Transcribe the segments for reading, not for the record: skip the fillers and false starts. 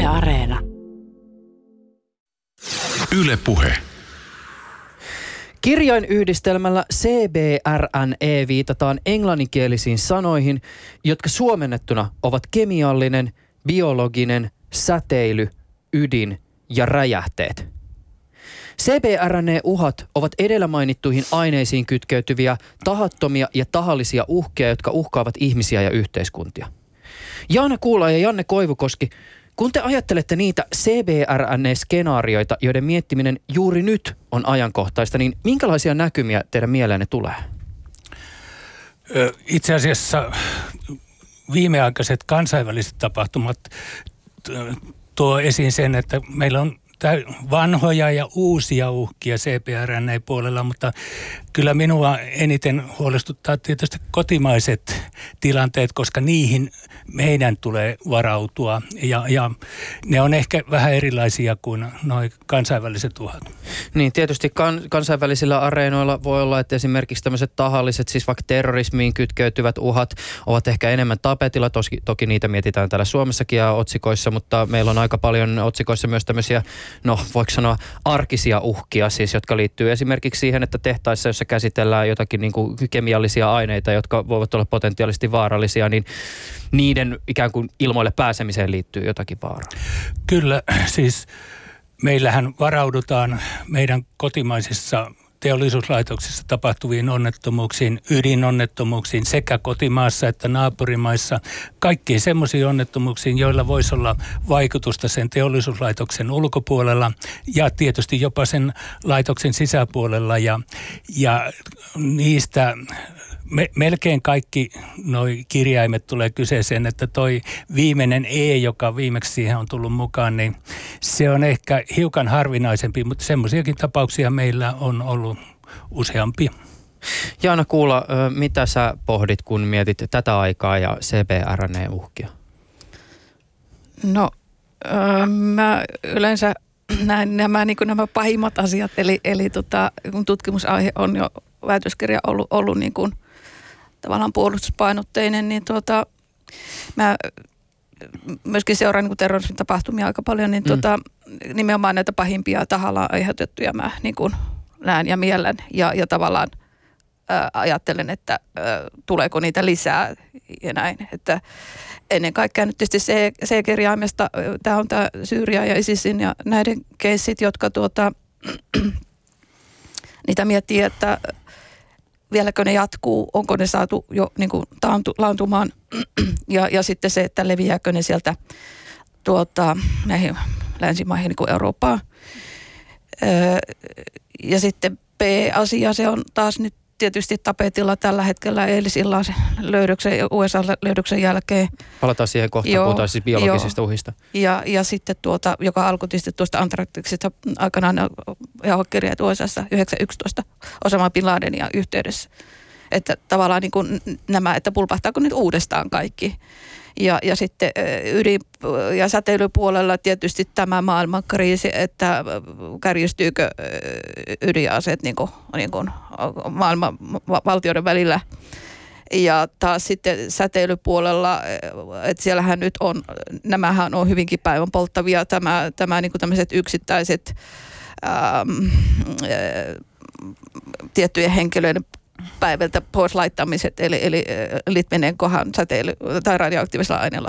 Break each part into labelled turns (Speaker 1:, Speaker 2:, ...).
Speaker 1: Yle Areena.
Speaker 2: Yle Puhe.
Speaker 3: Kirjainyhdistelmällä CBRNE viitataan englanninkielisiin sanoihin, jotka suomennettuna ovat kemiallinen, biologinen, säteily, ydin ja räjähteet. CBRNE-uhat ovat edellä mainittuihin aineisiin kytkeytyviä tahattomia ja tahallisia uhkia, jotka uhkaavat ihmisiä ja yhteiskuntia. Jaana Kuula ja Janne Koivukoski, kun te ajattelette niitä CBRNE-skenaarioita, joiden miettiminen juuri nyt on ajankohtaista, niin minkälaisia näkymiä teidän mieleenne tulee?
Speaker 4: Itse asiassa viimeaikaiset kansainväliset tapahtumat tuo esiin sen, että meillä on vanhoja ja uusia uhkia CBRNE-puolella, mutta kyllä minua eniten huolestuttaa tietysti kotimaiset tilanteet, koska niihin meidän tulee varautua ja ne on ehkä vähän erilaisia kuin nuo kansainväliset uhat. Niin,
Speaker 3: tietysti kansainvälisillä areenoilla voi olla, että esimerkiksi tämmöiset tahalliset, siis vaikka terrorismiin kytkeytyvät uhat ovat ehkä enemmän tapetilla. Toki niitä mietitään täällä Suomessakin ja otsikoissa, mutta meillä on aika paljon otsikoissa myös tämmöisiä, voiko sanoa arkisia uhkia, siis jotka liittyy esimerkiksi siihen, että tehtaissa, jossa käsitellään jotakin niin kuin kemiallisia aineita, jotka voivat olla potentiaalisesti vaarallisia, niin niiden ikään kuin ilmoille pääsemiseen liittyy jotakin vaaraa.
Speaker 4: Kyllä, siis meillähän varaudutaan meidän kotimaisissa teollisuuslaitoksissa tapahtuviin onnettomuuksiin, ydinonnettomuuksiin sekä kotimaassa että naapurimaissa, kaikkiin semmoisiin onnettomuuksiin, joilla voisi olla vaikutusta sen teollisuuslaitoksen ulkopuolella ja tietysti jopa sen laitoksen sisäpuolella ja niistä melkein kaikki noi kirjaimet tulee kyseeseen, että toi viimeinen E, joka viimeksi siihen on tullut mukaan, niin se on ehkä hiukan harvinaisempi, mutta semmoisiakin tapauksia meillä on ollut useampia.
Speaker 3: Jaana Kuula, mitä sä pohdit, kun mietit tätä aikaa ja CBRNE-uhkia?
Speaker 5: No, mä yleensä näen nämä pahimmat asiat, eli kun tutkimusaihe on jo väitöskirja ollut niin kuin tavallaan puolustuspainotteinen, niin mä myöskin seuraan niin kuin terrorismin tapahtumia aika paljon, niin nimenomaan näitä pahimpia tahalla aiheutettuja mä niin kuin näen ja miellän ja tavallaan ajattelen, että tuleeko niitä lisää ja näin. Että ennen kaikkea nyt tietysti C-kirjaimesta, tämä on tämä Syyria ja ISISin ja näiden keissit, jotka niitä miettii, että vieläkö ne jatkuu, onko ne saatu jo niin kuin laantumaan ja sitten se, että leviääkö ne sieltä näihin länsimaihin niin kuin Eurooppaan. Ja sitten B-asia, se on taas nyt tietysti tapetilla tällä hetkellä eilisillan USA-löydöksen jälkeen.
Speaker 3: Palataan siihen kohtaan, puhutaan siis biologisista uhista.
Speaker 5: Ja sitten joka alkoi tietysti tuosta Antarktiksesta aikanaan jauhekirjat USAssa 911 Osama Bin Ladenia yhteydessä. Että tavallaan niin kuin nämä, että pulpahtaako nyt uudestaan kaikki. Ja sitten ydin- ja säteilypuolella tietysti tämä maailmankriisi, että kärjistyykö ydinaseet niin kuin maailman valtioiden välillä. Ja taas sitten säteilypuolella, että siellähän nyt on, nämähän on hyvinkin päivän polttavia, tämä niin kuin tämmöiset yksittäiset tiettyjen henkilöiden päivältä pois laittamiset, eli litmeneenkohan säteily- tai radioaktiivisella aineella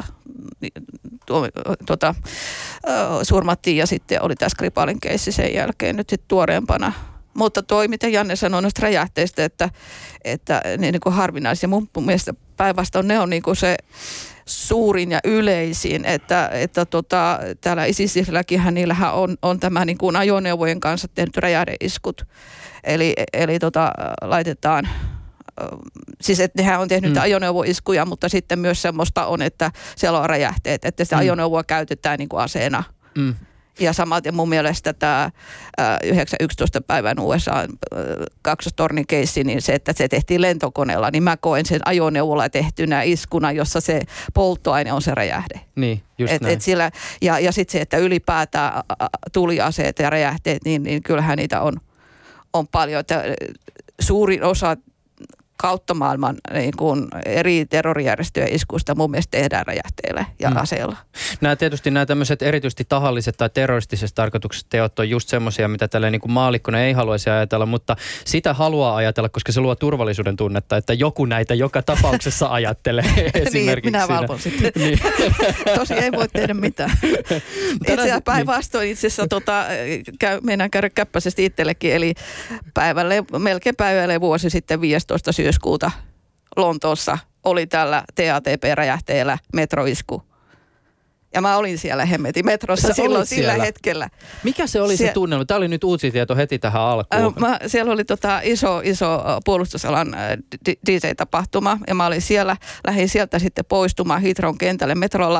Speaker 5: surmattiin ja sitten oli tämä Skripalin keissi sen jälkeen nyt sitten tuoreempana. Mutta mitä Janne sanoi noista räjähteistä, että ne niin kuin harvinaisia. Mun mielestä päinvastoin ne on niin kuin se suurin ja yleisin, että täällä ISISilläkin niillähän on tämä niin kuin ajoneuvojen kanssa tehnyt räjähdeiskut. Eli laitetaan, siis että nehän on tehnyt ajoneuvoiskuja, mutta sitten myös semmoista on, että siellä on räjähteet, että sitä ajoneuvoa käytetään niin kuin aseena. Ja samaten mun mielestä tämä 9.11. päivän USA kaksostornin keissi, niin se, että se tehtiin lentokoneella, niin mä koen sen ajoneuvolla tehtynä iskuna, jossa se polttoaine on se räjähde.
Speaker 3: Niin, just näin.
Speaker 5: Ja sitten se, että ylipäätään tuliaseet ja räjähteet, niin kyllähän niitä on paljon. Että suurin osa kautta maailman niin kuin eri terrorijärjestöjen iskuista mun mielestä tehdään räjähteillä ja aseilla.
Speaker 3: Tietysti nämä tämmöiset erityisesti tahalliset tai terroristisessa tarkoituksessa teot on just semmoisia, mitä tällä niin kuin maallikkona ei haluaisi ajatella, mutta sitä haluaa ajatella, koska se luo turvallisuuden tunnetta, että joku näitä joka tapauksessa ajattelee esimerkiksi.
Speaker 5: Niin, minä valvon sitten. Niin. Tosi ei voi tehdä mitään. Itse asiassa päinvastoin itse asiassa meinaan käydä käppäisesti itsellekin, eli melkein päivälle vuosi sitten 15. syyskuuta Lontoossa oli tällä TATP-räjähteellä metroisku. Ja mä olin siellä hemmetin metrossa silloin sillä hetkellä.
Speaker 3: Mikä se oli se tunnelma? Tämä oli nyt uutistieto heti tähän alkuun.
Speaker 5: Siellä oli iso puolustusalan DJ-tapahtuma ja mä olin siellä, lähdin sieltä sitten poistumaan Heathrown kentälle metrolla.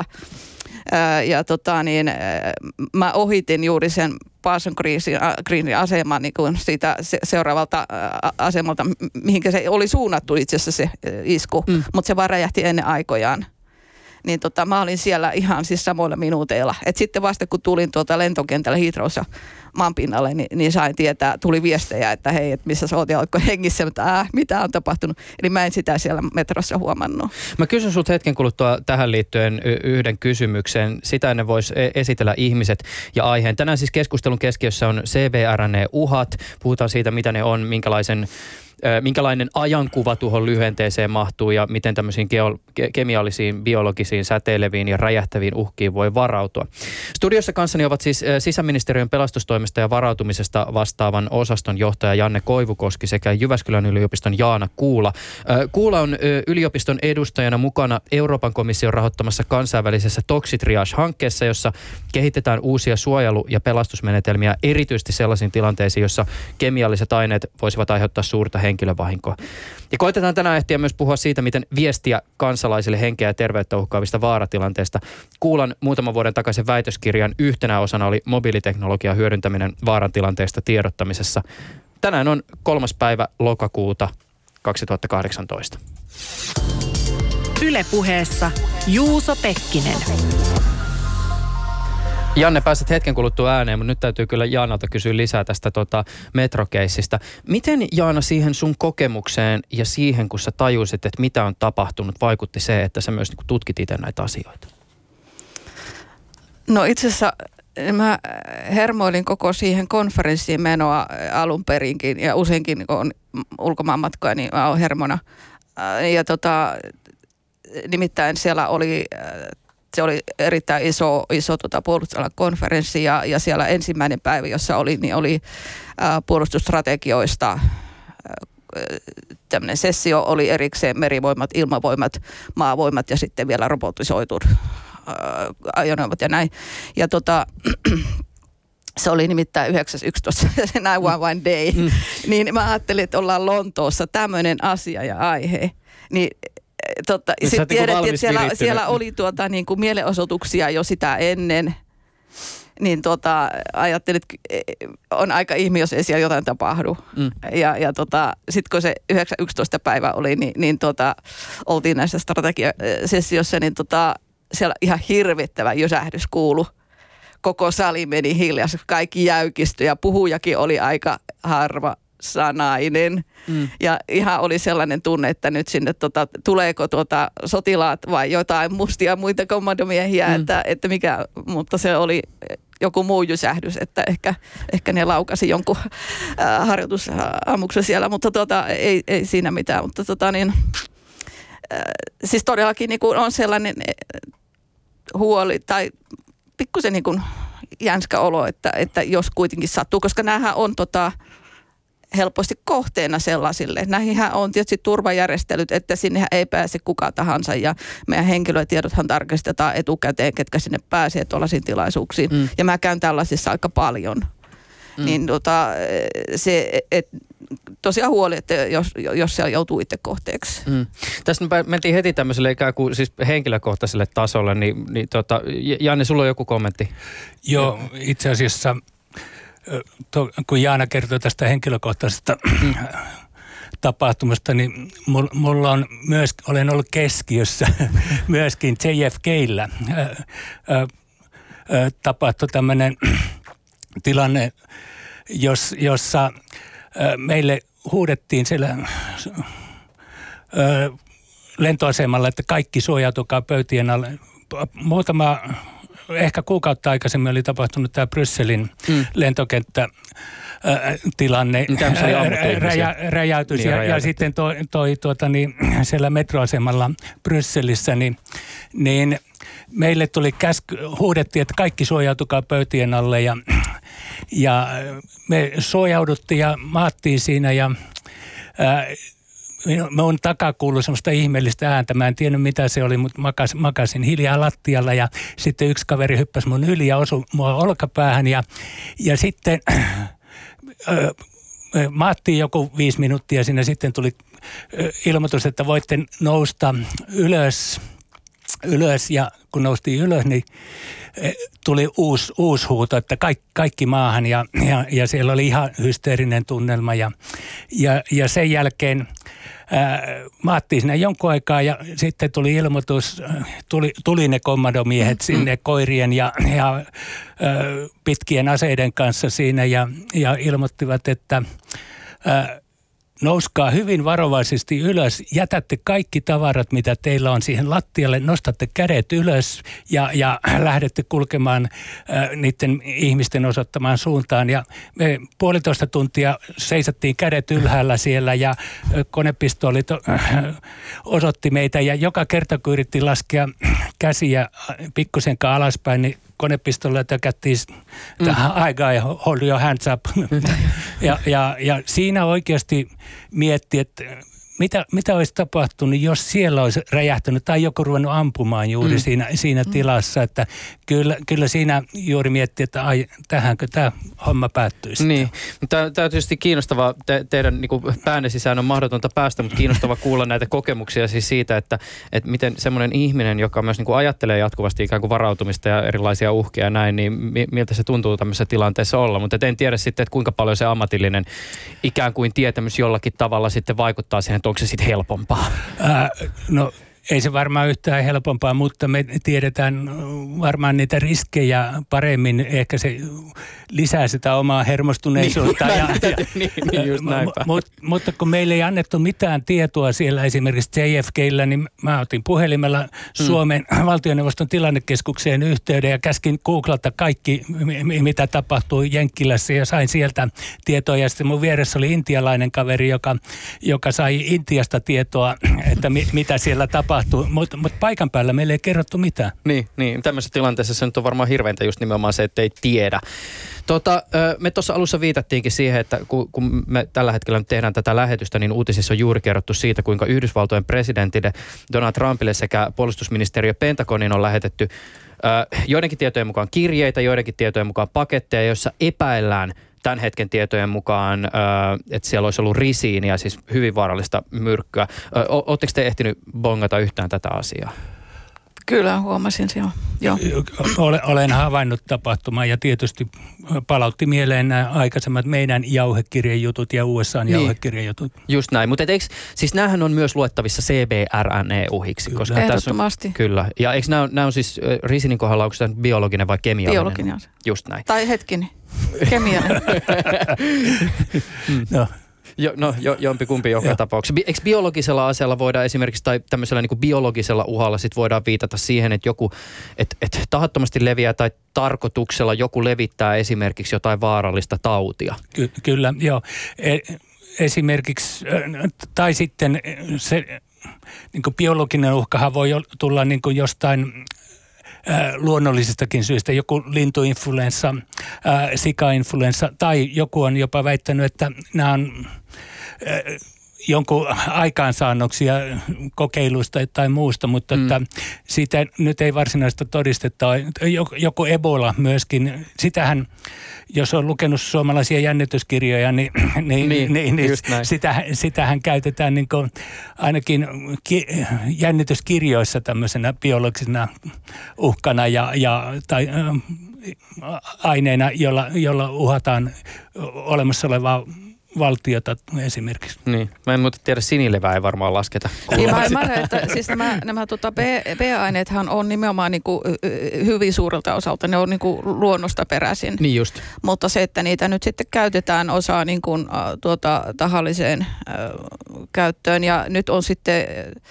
Speaker 5: Mä ohitin juuri sen Parson Greenin aseman niin kuin siitä seuraavalta asemalta, mihinkä se oli suunnattu itse asiassa se isku, mutta se vaan räjähti ennen aikojaan. Niin mä olin siellä ihan siis samoilla minuuteilla. Et sitten vasta kun tulin lentokentällä Heathrowssa maanpinnalle, niin sain tietää, tuli viestejä, että hei, että missä sä oot ja ootko hengissä, mutta mitä on tapahtunut. Eli mä en sitä siellä metrossa huomannut. Mä
Speaker 3: kysyn sulta hetken kuluttua tähän liittyen yhden kysymyksen. Sitä ennen voisi esitellä ihmiset ja aiheen. Tänään siis keskustelun keskiössä on CBRNE-uhat. Puhutaan siitä, mitä ne on, minkälainen ajankuva tuohon lyhenteeseen mahtuu ja miten tämmöisiin kemiallisiin, biologisiin, säteileviin ja räjähtäviin uhkiin voi varautua. Studiossa kanssani ovat siis sisäministeriön pelastustoimesta ja varautumisesta vastaavan osaston johtaja Janne Koivukoski sekä Jyväskylän yliopiston Jaana Kuula. Kuula on yliopiston edustajana mukana Euroopan komission rahoittamassa kansainvälisessä Toxitriage-hankkeessa, jossa kehitetään uusia suojelu- ja pelastusmenetelmiä erityisesti sellaisiin tilanteisiin, jossa kemialliset aineet voisivat aiheuttaa suurta henkilövahinkoa. Ja koitetaan tänään ehtiä myös puhua siitä, miten viestiä kansalaisille henkeä ja terveyttä uhkaavista vaaratilanteista. Kuulan muutaman vuoden takaisen väitöskirjan yhtenä osana oli mobiiliteknologian hyödyntäminen vaarantilanteesta tiedottamisessa. Tänään on 3. päivä lokakuuta 2018.
Speaker 1: Yle Puheessa Juuso Pekkinen.
Speaker 3: Janne, pääset hetken kuluttua ääneen, mutta nyt täytyy kyllä Jaanalta kysyä lisää tästä metrokeissistä. Miten, Jaana, siihen sun kokemukseen ja siihen, kun sä tajusit, että mitä on tapahtunut, vaikutti se, että sä myös tutkit itse näitä asioita?
Speaker 5: No itse asiassa mä hermoilin koko siihen konferenssiin menoa alun perinkin ja useinkin kun on ulkomaanmatkoja, niin mä oon hermona. Ja nimittäin siellä oli... Se oli erittäin iso puolustusalan konferenssi ja siellä ensimmäinen päivä, jossa oli puolustusstrategioista tämmöinen sessio, oli erikseen merivoimat, ilmavoimat, maavoimat ja sitten vielä robotisoitut ajoneuvot ja näin. Ja se oli nimittäin 9.11, se 911 day, niin mä ajattelin, että ollaan Lontoossa tämmöinen asia ja aihe, niin sitten tiedettiin, että siellä oli niin kuin mielenosoituksia jo sitä ennen, niin ajattelin, että on aika ihme, jos ei siellä jotain tapahdu. Ja sitten kun se 9.11 päivä oli, niin oltiin näissä strategiasessiossa, niin siellä ihan hirvittävä jysähdys kuului. Koko sali meni hiljaiseksi, kaikki jäykistyi ja puhujakin oli aika harva sanainen. Ja ihan oli sellainen tunne, että nyt sinne tuleeko sotilaat vai jotain mustia muita kommandomiehiä, että mikä, mutta se oli joku muu jysähdys, että ehkä ne laukasi jonkun harjoitusammuksen siellä, mutta ei siinä mitään, mutta siis todellakin niin kuin on sellainen huoli tai pikkusen niin kuin jänskä olo, että jos kuitenkin sattuu, koska näähän on helposti kohteena sellaisille. Näihinhän on tietysti turvajärjestelyt, että sinnehän ei pääse kuka tahansa ja meidän henkilötiedothan tarkistetaan etukäteen, ketkä sinne pääsee tuollaisiin tilaisuuksiin. Ja mä käyn tällaisissa aika paljon. Niin se, tosiaan huoli, että jos siellä joutuu itse kohteeksi.
Speaker 3: Tässä mentiin heti tämmöiselle ikään kuin siis henkilökohtaiselle tasolle, niin Janne, sulla on joku kommentti?
Speaker 4: Joo, itse asiassa kun Jaana kertoi tästä henkilökohtaisesta tapahtumasta, niin mulla on myös, olen ollut keskiössä myöskin JFK:llä tapahtui tämmöinen tilanne, jossa meille huudettiin siellä lentoasemalla, että kaikki suojautukaa pöytien alle. Muutama, ehkä kuukautta aikaisemmin oli tapahtunut tämä Brysselin lentokenttä tilanne, räjäytys ja sitten siellä metroasemalla Brysselissä, niin meille tuli huudettiin, että kaikki suojautukaa pöytien alle ja me suojauduttiin ja maattiin siinä ja minun takaa kuului semmoista ihmeellistä ääntä. Mä en tiennyt mitä se oli, mutta makasin hiljaa lattialla ja sitten yksi kaveri hyppäsi mun yli ja osui mua olkapäähän ja sitten maattiin joku 5 minuuttia siinä, sitten tuli ilmoitus, että voitte nousta ylös ja kun noustiin ylös, niin tuli uusi huuto, että kaikki maahan ja siellä oli ihan hysteerinen tunnelma ja sen jälkeen maattiin sinne jonkun aikaa ja sitten tuli ilmoitus, tuli ne kommandomiehet sinne koirien ja pitkien aseiden kanssa siinä ja ilmoittivat, että nouskaa hyvin varovaisesti ylös, jätätte kaikki tavarat, mitä teillä on siihen lattialle, nostatte kädet ylös ja lähdette kulkemaan niiden ihmisten osoittamaan suuntaan. Ja me 1,5 tuntia seisattiin kädet ylhäällä siellä ja konepistoolit osoitti meitä ja joka kerta kun yritti laskea käsiä pikkusenkaan alaspäin, niin konepistolla tökättiin I got hold your hands up. ja siinä oikeasti mietti, että mitä olisi tapahtunut, jos siellä olisi räjähtänyt tai joku ruvennut ampumaan juuri siinä tilassa. Että kyllä siinä juuri mietti, että tähänkö tämä homma päättyisi.
Speaker 3: Niin, tämä on tietysti kiinnostavaa. Teidän niin päänne sisään on mahdotonta päästä, mutta kiinnostavaa kuulla näitä kokemuksia siis siitä, että miten semmoinen ihminen, joka myös niin ajattelee jatkuvasti ikään kuin varautumista ja erilaisia uhkia ja näin, niin miltä se tuntuu tämmöisessä tilanteessa olla. Mutta en tiedä sitten, että kuinka paljon se ammatillinen ikään kuin tietämys jollakin tavalla sitten vaikuttaa siihen, onko se sitten helpompaa?
Speaker 4: No ei se varmaan yhtään helpompaa, mutta me tiedetään varmaan niitä riskejä paremmin. Ehkä se lisää sitä omaa hermostuneisuutta. Mutta kun meille ei annettu mitään tietoa siellä esimerkiksi JFK:llä, niin mä otin puhelimella Suomen valtioneuvoston tilannekeskukseen yhteyden ja käskin googlata kaikki, mitä tapahtui Jenkkilässä ja sain sieltä tietoa. Ja sitten mun vieressä oli intialainen kaveri, joka sai Intiasta tietoa, että mitä siellä tapahtui. Mutta paikan päällä meille ei kerrottu mitään.
Speaker 3: Niin, tämmöisessä tilanteessa se nyt on varmaan hirveintä just nimenomaan se, että ei tiedä. Me tuossa alussa viitattiinkin siihen, että kun me tällä hetkellä nyt tehdään tätä lähetystä, niin uutisissa on juuri kerrottu siitä, kuinka Yhdysvaltojen presidentille Donald Trumpille sekä puolustusministeriö Pentagonin on lähetetty joidenkin tietojen mukaan kirjeitä, joidenkin tietojen mukaan paketteja, joissa epäillään tämän hetken tietojen mukaan, että siellä olisi ollut risiiniä, siis hyvin vaarallista myrkkyä. Oletteko te ehtinyt bongata yhtään tätä asiaa?
Speaker 5: Kyllä, huomasin se jo.
Speaker 4: Olen havainnut tapahtumaa ja tietysti palautti mieleen nämä aikaisemmat meidän jauhekirjejutut ja USA:n jauhekirjejutut.
Speaker 3: Just näin, mutta siis näähän on myös luettavissa CBRNE-uhiksi.
Speaker 5: Koska ehdottomasti.
Speaker 3: Kyllä, ja eikö nämä on siis risiinin kohdalla, onko se biologinen vai kemiallinen?
Speaker 5: Biologinen.
Speaker 3: Just näin.
Speaker 5: Tai hetkinen, kemiallinen.
Speaker 3: No. Jompikumpi joka tapauksessa. Eikö biologisella aseella voidaan esimerkiksi, tai tämmöisellä niin kuin biologisella uhalla sit voidaan viitata siihen, että joku että tahattomasti leviää tai tarkoituksella joku levittää esimerkiksi jotain vaarallista tautia?
Speaker 4: Kyllä, joo. Esimerkiksi, tai sitten se niin kuin biologinen uhkahan voi tulla niin kuin jostain luonnollisestakin syystä, joku lintuinfluenssa, sikainfluenssa tai joku on jopa väittänyt, että nämä on jonkun aikaansaannoksia kokeiluista tai muusta, mutta että siitä nyt ei varsinaista todistetta ole. Joku Ebola myöskin, sitähän, jos on lukenut suomalaisia jännityskirjoja, niin sitähän käytetään niin kuin ainakin jännityskirjoissa tämmöisenä biologisena uhkana tai aineena, jolla uhataan olemassa olevaa valtiota esimerkiksi.
Speaker 3: Niin. Mä en muuta tiedä, sinilevää ei varmaan lasketa.
Speaker 5: Niin mä ymmärrän, että siis nämä B-aineethan on nimenomaan niinku hyvin suurelta osalta, ne on niinku luonnosta peräisin.
Speaker 3: Niin just.
Speaker 5: Mutta se, että niitä nyt sitten käytetään osaa niinku, tahalliseen käyttöön ja nyt on sitten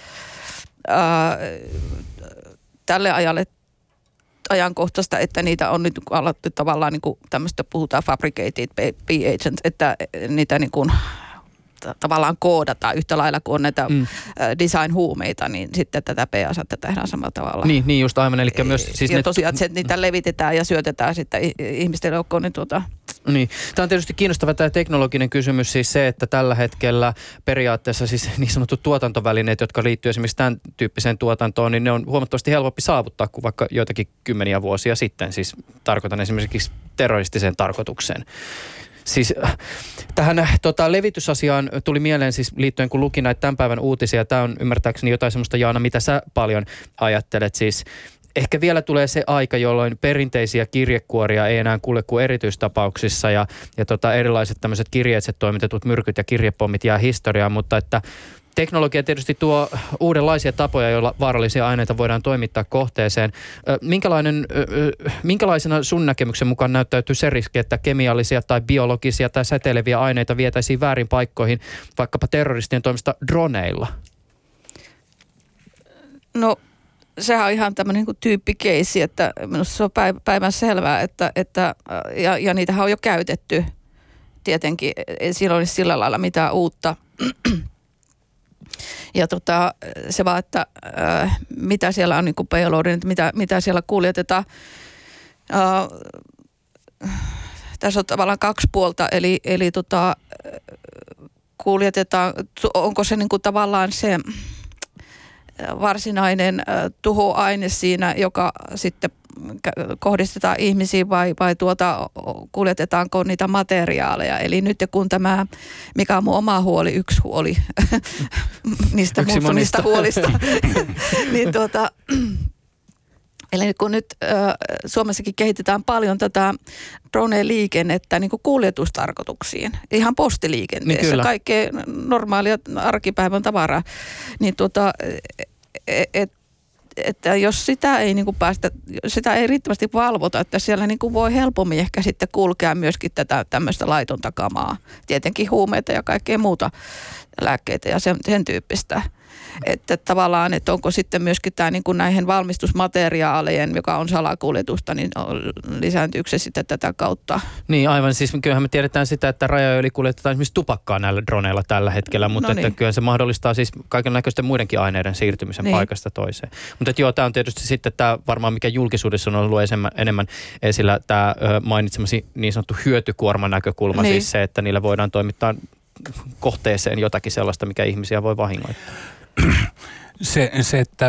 Speaker 5: tälle ajalle ajankohtaista, että niitä on nyt alettu tavallaan niin kuin tämmöistä puhutaan fabricated B-agents, että niitä niin kuin tavallaan koodataan yhtä lailla kuin on näitä design-huumeita, niin sitten tätä B-asetta tehdään samalla tavalla.
Speaker 3: Niin just aivan, eli myös siis
Speaker 5: ja tosiaan, että niitä levitetään ja syötetään sitten ihmisten joukkoon, niin
Speaker 3: Niin. Tämä on tietysti kiinnostava tämä teknologinen kysymys, siis se, että tällä hetkellä periaatteessa siis niin sanotut tuotantovälineet, jotka liittyy esimerkiksi tämän tyyppiseen tuotantoon, niin ne on huomattavasti helpompi saavuttaa kuin vaikka joitakin kymmeniä vuosia sitten. Siis tarkoitan esimerkiksi terroristiseen tarkoitukseen. Siis tähän levitysasiaan tuli mieleen siis liittyen, kun lukin näitä tämän päivän uutisia. Tämä on ymmärtääkseni jotain semmoista, Jaana, mitä sä paljon ajattelet. Siis ehkä vielä tulee se aika, jolloin perinteisiä kirjekuoria ei enää kuule kuin erityistapauksissa ja erilaiset tämmöiset kirjeitse toimitetut myrkyt ja kirjepommit jää historiaan, mutta että teknologia tietysti tuo uudenlaisia tapoja, joilla vaarallisia aineita voidaan toimittaa kohteeseen. Minkälaisena sun näkemyksen mukaan näyttäytyy se riski, että kemiallisia tai biologisia tai säteileviä aineita vietäisiin väärin paikkoihin vaikkapa terroristien toimesta droneilla?
Speaker 5: No sehän on ihan tämmöinen niin kuin tyyppikeissi, että minusta se on päivän selvää, ja niitähän on jo käytetty tietenkin. Ei silloin olisi sillä lailla mitään uutta. Ja se vaan, että mitä siellä on niin kuin payloadin, mitä siellä kuljetetaan. Tässä on tavallaan kaksi puolta, eli kuljetetaan, onko se niin kuin tavallaan se varsinainen tuhoaine siinä, joka sitten kohdistetaan ihmisiin vai kuljetetaanko niitä materiaaleja. Eli nyt kun tämä, mikä on mun oma huoli, yksi huoli niistä muutamista huolista, niin eli kun nyt Suomessakin kehitetään paljon tätä drone-liikennettä niin kuin kuljetustarkoituksiin, ihan postiliikenteessä, kaikkea normaalia arkipäivän tavaraa, niin että jos sitä ei niin kuin päästä, sitä ei riittävästi valvota, että siellä niin kuin voi helpommin ehkä sitten kulkea myöskin tätä tämmöistä laitonta kamaa. Tietenkin huumeita ja kaikkea muuta lääkkeitä ja sen tyyppistä. Että tavallaan, että onko sitten myöskin tämä niin kuin näihin valmistusmateriaalien, joka on salakuljetusta, niin lisääntyykö se sitten tätä kautta?
Speaker 3: Niin aivan, siis kyllähän me tiedetään sitä, että rajoja yli kuljetetaan esimerkiksi tupakkaa näillä droneilla tällä hetkellä, mutta että kyllä se mahdollistaa siis kaikenlaisten muidenkin aineiden siirtymisen paikasta toiseen. Mutta että joo, tämä on tietysti sitten tämä varmaan, mikä julkisuudessa on ollut enemmän esillä, tämä mainitsemasi niin sanottu hyötykuorman näkökulma, siis se, että niillä voidaan toimittaa kohteeseen jotakin sellaista, mikä ihmisiä voi vahingoittaa.
Speaker 4: Se että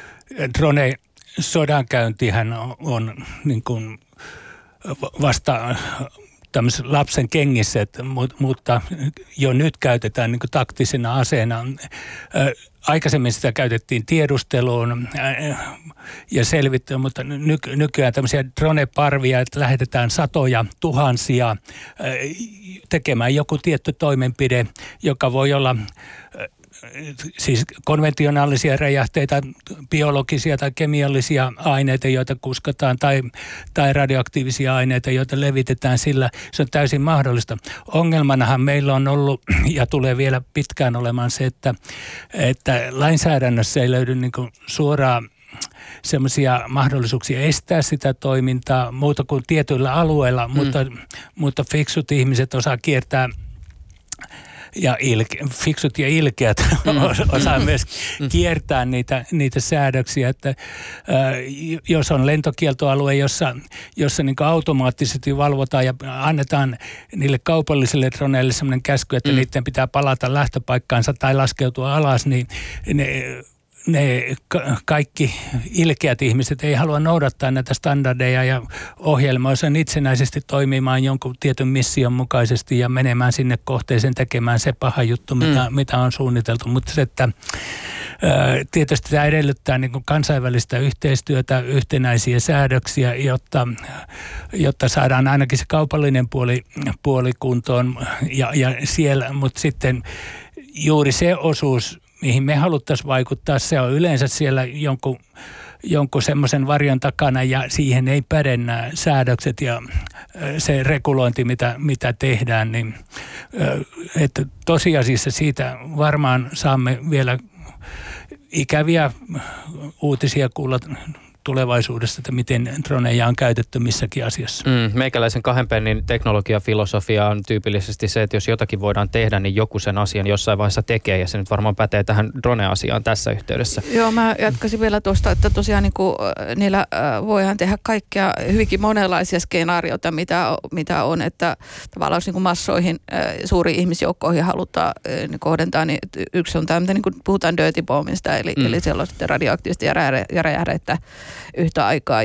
Speaker 4: drone-sodankäyntihän on niin kuin vasta tämmöisen lapsen kengissä, mutta jo nyt käytetään niin kuin taktisena aseena. Aikaisemmin sitä käytettiin tiedusteluun ja selvittelyyn, mutta nykyään tämmöisiä drone-parvia, että lähetetään satoja, tuhansia tekemään joku tietty toimenpide, joka voi olla siis konventionaalisia räjähteitä, biologisia tai kemiallisia aineita, joita kuskataan, tai radioaktiivisia aineita, joita levitetään sillä. Se on täysin mahdollista. Ongelmanahan meillä on ollut, ja tulee vielä pitkään olemaan se, että lainsäädännössä ei löydy niin kuin suoraa semmoisia mahdollisuuksia estää sitä toimintaa muuta kuin tietyillä alueilla, mutta fiksut ihmiset osaa kiertää ja fiksut ja ilkeät osaa myös kiertää niitä säädöksiä, että jos on lentokieltoalue, jossa niin kuin automaattisesti valvotaan ja annetaan niille kaupallisille droneille sellainen käsky, että niiden pitää palata lähtöpaikkaansa tai laskeutua alas, niin ne kaikki ilkeät ihmiset ei halua noudattaa näitä standardeja ja ohjelmaa, on itsenäisesti toimimaan jonkun tietyn mission mukaisesti ja menemään sinne kohteeseen tekemään se paha juttu, mitä on suunniteltu. Mutta se, että Tietysti tämä edellyttää niin kuin kansainvälistä yhteistyötä, yhtenäisiä säädöksiä, jotta saadaan ainakin se kaupallinen puoli kuntoon ja siellä, mutta sitten juuri se osuus, mihin me haluttaisiin vaikuttaa, se on yleensä siellä jonkun semmoisen varjon takana ja siihen ei päde nämä säädökset ja se regulointi, mitä tehdään, niin että tosiasiassa siitä varmaan saamme vielä ikäviä uutisia kuulla tulevaisuudesta, että miten droneja on käytetty missäkin asiassa.
Speaker 3: Meikäläisen 2 pennin teknologiafilosofia on tyypillisesti se, että jos jotakin voidaan tehdä, niin joku sen asian jossain vaiheessa tekee, ja se nyt varmaan pätee tähän drone-asiaan tässä yhteydessä.
Speaker 5: Joo, mä jatkaisin vielä tuosta, että tosiaan niin kuin, niillä voidaan tehdä kaikkea hyvinkin monenlaisia skenaarioita, mitä on, että tavallaan jos niin kuin massoihin, suuriin ihmisjoukkoihin halutaan kohdentaa, niin yksi on tämä, mitä niin kuin puhutaan dirty bombista, eli siellä on sitten radioaktiivista ja räjähdettä yhtä aikaa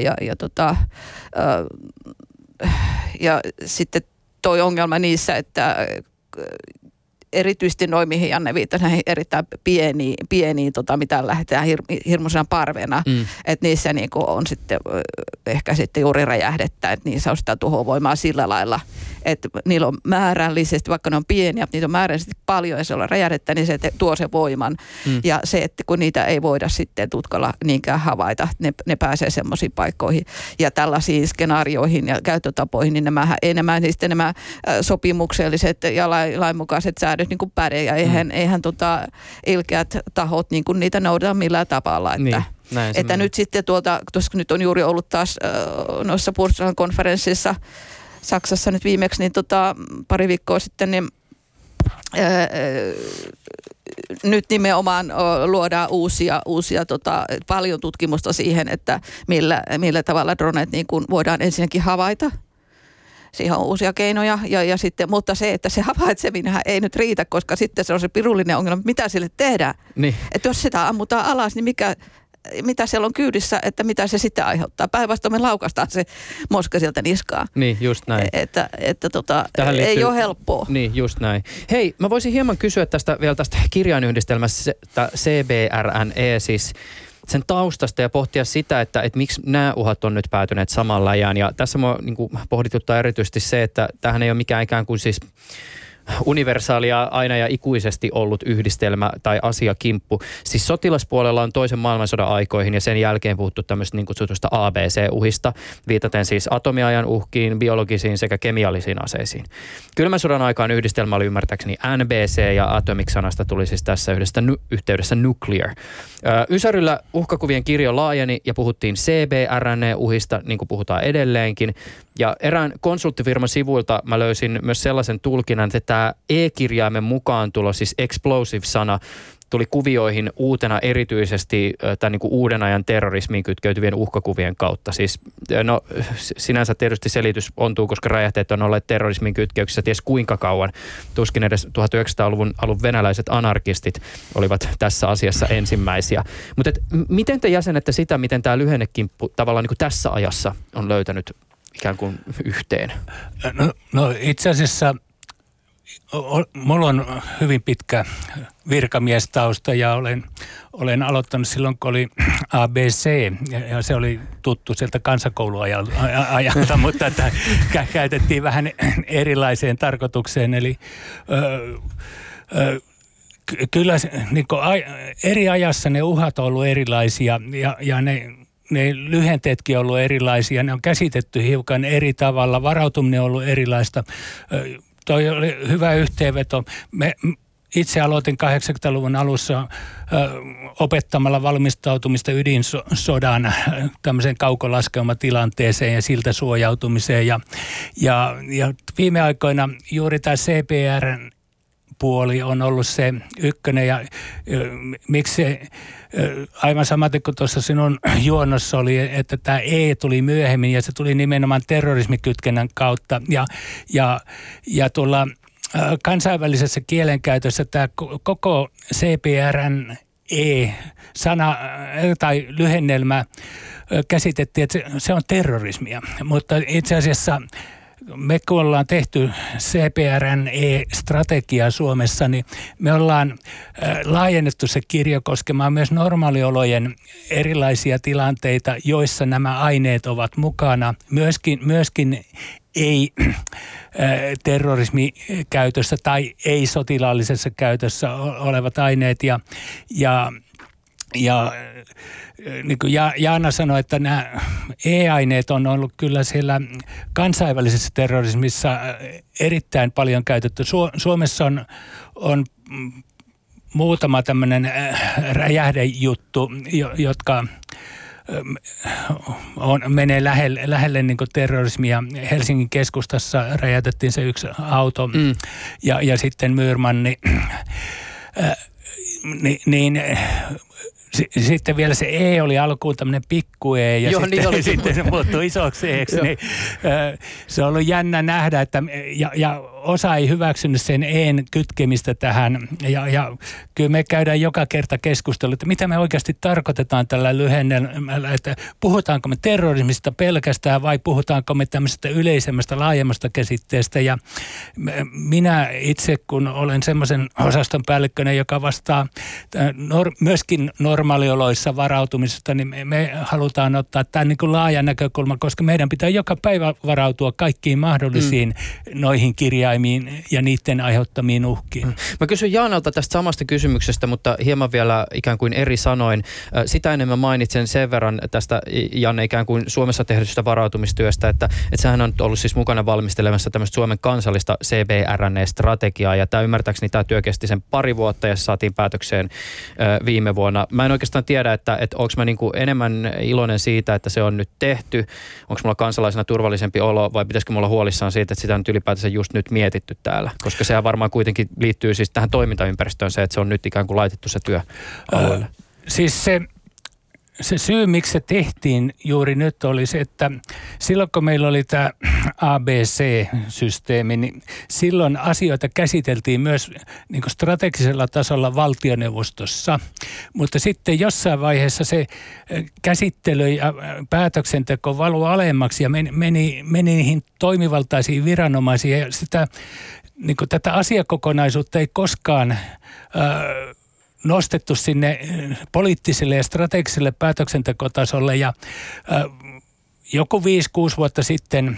Speaker 5: ja sitten toi ongelma niissä, että erityisesti noin, mihin Janne viittasi, näihin erittäin pieniin mitä lähdetään hirmuisena parvena, että niissä niinku on sitten ehkä sitten juuri räjähdettä, että niissä on sitä tuhovoimaa sillä lailla, että niillä on määrällisesti, vaikka ne on pieniä, niitä on määrällisesti paljon ja se on räjähdettä, niin se tuo sen voiman. Ja se, että kun niitä ei voida sitten tutkalla niinkään havaita, ne pääsee semmoisiin paikkoihin ja tällaisiin skenaarioihin ja käyttötapoihin, niin nämä sopimukselliset ja lainmukaiset säädöt niin kuin päde ja eihän ilkeät tahot niin kuin niitä noudata millään tavalla. Että nyt sitten koska nyt on juuri ollut taas noissa puolustusalan konferenssissa Saksassa nyt viimeksi, niin pari viikkoa sitten, niin nyt nimenomaan luodaan uusia paljon tutkimusta siihen, että millä tavalla dronet niin kuin voidaan ensinnäkin havaita. Siihen on uusia keinoja, ja sitten, mutta se, että se havaitseminenhän ei nyt riitä, koska sitten se on se pirullinen ongelma, mitä sille tehdään. Niin. Että jos sitä ammutaan alas, niin mitä siellä on kyydissä, että mitä se sitten aiheuttaa. Päinvastoin me laukaistaan se moska sieltä niskaan. Niin, just näin. Että ei ole helppoa.
Speaker 3: Niin, just näin. Hei, mä voisin hieman kysyä vielä tästä kirjainyhdistelmästä CBRNE, siis sen taustasta ja pohtia sitä, että miksi nämä uhat on nyt päätyneet saman läjään. Ja tässä mua niin kuin pohdituttaa erityisesti se, että tämähän ei ole mikään ikään kuin siis universaalia aina ja ikuisesti ollut yhdistelmä tai asiakimppu. Siis sotilaspuolella on toisen maailmansodan aikoihin ja sen jälkeen puhuttu tämmöistä niin kutsutusta ABC-uhista, viitaten siis atomiajan uhkiin, biologisiin sekä kemiallisiin aseisiin. Kylmän sodan aikaan yhdistelmä oli ymmärtääkseni NBC ja atomic-sanasta tuli siis tässä yhteydessä nuclear. Ysäryllä uhkakuvien kirjo laajeni ja puhuttiin CBRNE-uhista, niin kuin puhutaan edelleenkin. Ja erään konsulttifirman sivuilta mä löysin myös sellaisen tulkinnan, että tämä E-kirjaimen mukaantulo, siis explosive-sana, tuli kuvioihin uutena erityisesti tämän niin kuin uuden ajan terrorismiin kytkeytyvien uhkakuvien kautta. Siis no sinänsä tietysti selitys ontuu, koska räjähteet on olleet terrorismin kytköksissä ties kuinka kauan. Tuskin edes 1900-luvun alun venäläiset anarkistit olivat tässä asiassa ensimmäisiä. Mutta miten te jäsenette sitä, miten tämä lyhennekimppu tavallaan niin kuin tässä ajassa on löytänyt ikään kuin yhteen?
Speaker 4: No itse asiassa mulla on hyvin pitkä virkamiestausta ja olen aloittanut silloin, kun oli ABC ja se oli tuttu sieltä kansakouluajalta, mutta käytettiin vähän erilaiseen tarkoitukseen. Eli kyllä niin eri ajassa ne uhat on ollut erilaisia ja ne lyhenteetkin on ollut erilaisia, ne on käsitetty hiukan eri tavalla, varautuminen on ollut erilaista. Toi oli hyvä yhteenveto. Itse aloitin 80-luvun alussa opettamalla valmistautumista ydinsodan tämmöiseen kaukolaskeummatilanteeseen ja siltä suojautumiseen. Ja viime aikoina juuri tämä CPRn puoli on ollut se ykkönen ja miksi se, aivan samaten kuin tuossa sinun juonnossa oli, että tämä E tuli myöhemmin ja se tuli nimenomaan terrorismikytkennän kautta ja tuolla kansainvälisessä kielenkäytössä tämä koko CPRN E-sana tai lyhennelmä käsitettiin, että se on terrorismia, mutta itse asiassa me kun ollaan tehty CBRNE-strategiaa Suomessa, niin me ollaan laajennettu se kirjo koskemaan myös normaaliolojen erilaisia tilanteita, joissa nämä aineet ovat mukana. Myöskin ei terrorismikäytössä tai ei sotilaallisessa käytössä olevat aineet ja niin kuin Jaana sanoi, että nämä E-aineet on ollut kyllä siellä kansainvälisessä terrorismissa erittäin paljon käytetty. Suomessa on muutama tämmöinen räjähdejuttu, jotka menee lähelle niin kuin terrorismia. Helsingin keskustassa räjäytettiin se yksi auto ja sitten Myyrmanni. Sitten vielä se E oli alkuun tämmöinen pikku E ja sitten se muuttui isoksi E:ksi. Niin, se on ollut jännä nähdä, että ja osa ei hyväksynyt sen E:n kytkemistä tähän. Ja kyllä me käydään joka kerta keskustelua, että mitä me oikeasti tarkoitetaan tällä lyhennellä, että puhutaanko me terrorismista pelkästään vai puhutaanko me tämmöisestä yleisemmästä, laajemmasta käsitteestä. Ja minä itse, kun olen semmoisen osaston päällikkönä, joka vastaa myöskin normaalioloissa varautumisesta, niin me halutaan ottaa tämän niin kuin laaja näkökulma, koska meidän pitää joka päivä varautua kaikkiin mahdollisiin noihin kirjaimiin ja niiden aiheuttamiin uhkiin.
Speaker 3: Mä kysyn Jaanalta tästä samasta kysymyksestä, mutta hieman vielä ikään kuin eri sanoin. Sitä enemmän mainitsen sen verran tästä, Janne, ikään kuin Suomessa tehdystä varautumistyöstä, että sähän on ollut siis mukana valmistelemassa tämmöistä Suomen kansallista CBRNE-strategiaa, ja ymmärtääkseni tämä työ kesti sen 2 vuotta, ja se saatiin päätökseen viime vuonna. Mä en oikeastaan tiedä, että onko mä niinku enemmän iloinen siitä, että se on nyt tehty, onko mulla kansalaisena turvallisempi olo, vai pitäisikö mulla huolissaan siitä, että sitä nyt ylipäätänsä just nyt mietitty täällä, koska sehän varmaan kuitenkin liittyy siis tähän toimintaympäristöön se, että se on nyt ikään kuin laitettu se työ alueelle.
Speaker 4: Siis se syy, miksi se tehtiin juuri nyt, oli se, että silloin kun meillä oli tämä ABC-systeemi, niin silloin asioita käsiteltiin myös niin kuin strategisella tasolla valtioneuvostossa. Mutta sitten jossain vaiheessa se käsittely ja päätöksenteko valui alemmaksi ja meni niihin toimivaltaisiin viranomaisiin. Ja sitä, niin kuin tätä asiakokonaisuutta ei koskaan nostettu sinne poliittiselle ja strategiselle päätöksentekotasolle, ja joku 5-6 vuotta sitten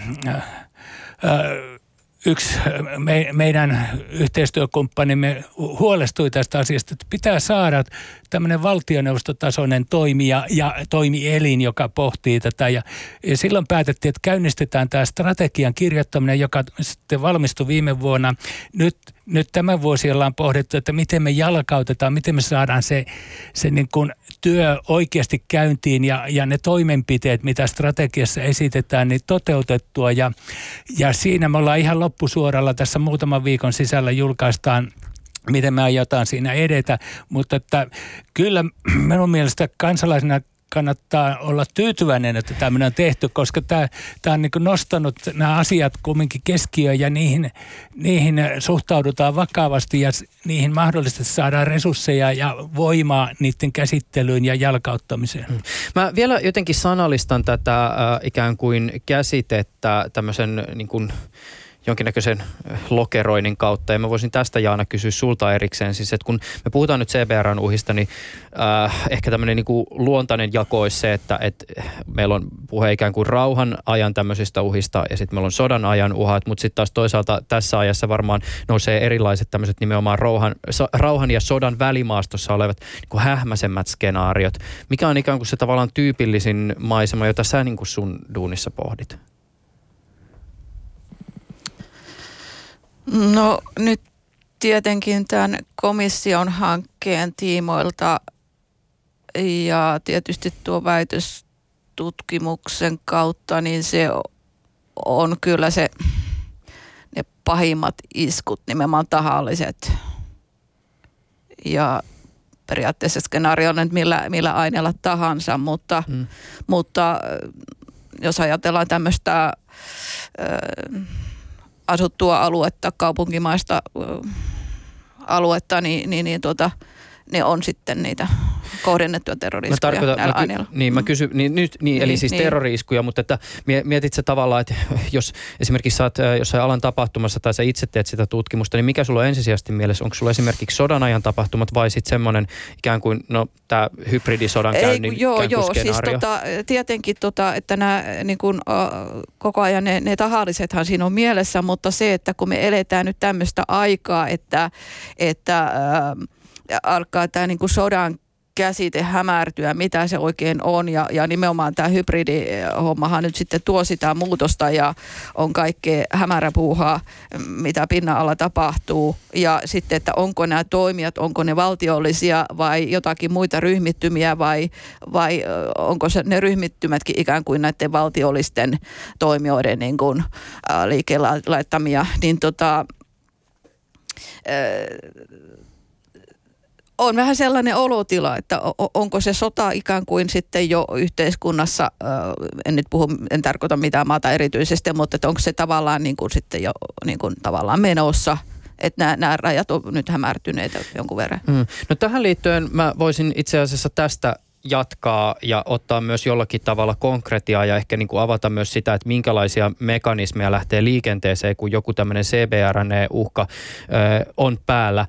Speaker 4: yksi meidän yhteistyökumppanimme huolestui tästä asiasta, että pitää saada tämmöinen valtioneuvostotasoinen toimija ja toimielin, joka pohtii tätä. Ja silloin päätettiin, että käynnistetään tämä strategian kirjoittaminen, joka sitten valmistui viime vuonna. Nyt tämän vuosi ollaan pohdittu, että miten me jalkautetaan, miten me saadaan se niin kuin työ oikeasti käyntiin ja ne toimenpiteet, mitä strategiassa esitetään, niin toteutettua. Ja siinä me ollaan ihan loppusuoralla tässä muutaman viikon sisällä julkaistaan, miten me aiotaan siinä edetä. Mutta että kyllä minun mielestä kansalaisena kannattaa olla tyytyväinen, että tämmöinen on tehty, koska tämä on niin kuin nostanut nämä asiat kumminkin keskiöön ja niihin suhtaudutaan vakavasti ja niihin mahdollisesti saadaan resursseja ja voimaa niiden käsittelyyn ja jalkauttamiseen.
Speaker 3: Mä vielä jotenkin sanallistan tätä ikään kuin käsitettä tämmöisen niin kuin jonkinnäköisen lokeroinnin kautta. Ja mä voisin tästä, Jaana, kysyä sulta erikseen. Siis, että kun me puhutaan nyt CBRN uhista, niin ehkä tämmöinen niin kuin luontainen jako olisi se, että meillä on puhe ikään kuin rauhan ajan tämmöisistä uhista ja sitten meillä on sodan ajan uhat, mutta sitten taas toisaalta tässä ajassa varmaan nousee erilaiset tämmöiset nimenomaan rauhan ja sodan välimaastossa olevat niin kuin hähmäisemmät skenaariot. Mikä on ikään kuin se tavallaan tyypillisin maisema, jota sä niin kuin sun duunissa pohdit?
Speaker 5: No nyt tietenkin tämän komission hankkeen tiimoilta ja tietysti tuo väitöstutkimuksen kautta, niin se on kyllä ne pahimmat iskut, nimenomaan tahalliset. Ja periaatteessa skenaario on nyt millä aineella tahansa, mutta jos ajatellaan tämmöistä asuttua aluetta, kaupunkimaista aluetta, niin ne on sitten niitä kohdennettuja terrori-iskuja näillä aineilla.
Speaker 3: Mä kysyn, eli siis terrori-iskuja, mutta että mietit sä tavallaan, että jos esimerkiksi sä oot jossain alan tapahtumassa tai sä itse teet sitä tutkimusta, niin mikä sulla on ensisijaisesti mielessä? Onko sulla esimerkiksi sodan ajan tapahtumat vai sitten semmoinen ikään kuin, tämä hybridisodan käynnin
Speaker 5: Joo, siis tietenkin, että nämä niin kuin, koko ajan ne tahallisethan siinä on mielessä, mutta se, että kun me eletään nyt tämmöistä aikaa, että alkaa tämä niin kuin sodan käsite hämärtyä, mitä se oikein on, ja nimenomaan tämä hybridihommahan nyt sitten tuo sitä muutosta ja on kaikkea hämäräpuuhaa, mitä pinnan alla tapahtuu, ja sitten, että onko nämä toimijat, onko ne valtiollisia vai jotakin muita ryhmittymiä vai onko ne ryhmittymätkin ikään kuin näiden valtiollisten toimijoiden niin kuin liikkeelle laittamia, niin on vähän sellainen olotila, että onko se sota ikään kuin sitten jo yhteiskunnassa, en tarkoita mitään maata erityisesti, mutta että onko se tavallaan niin kuin sitten jo niin kuin tavallaan menossa, että nämä rajat on nyt hämärtyneitä jonkun verran.
Speaker 3: No tähän liittyen mä voisin itse asiassa tästä jatkaa ja ottaa myös jollakin tavalla konkretiaa ja ehkä niin kuin avata myös sitä, että minkälaisia mekanismeja lähtee liikenteeseen, kun joku tämmöinen CBRNE-uhka on päällä.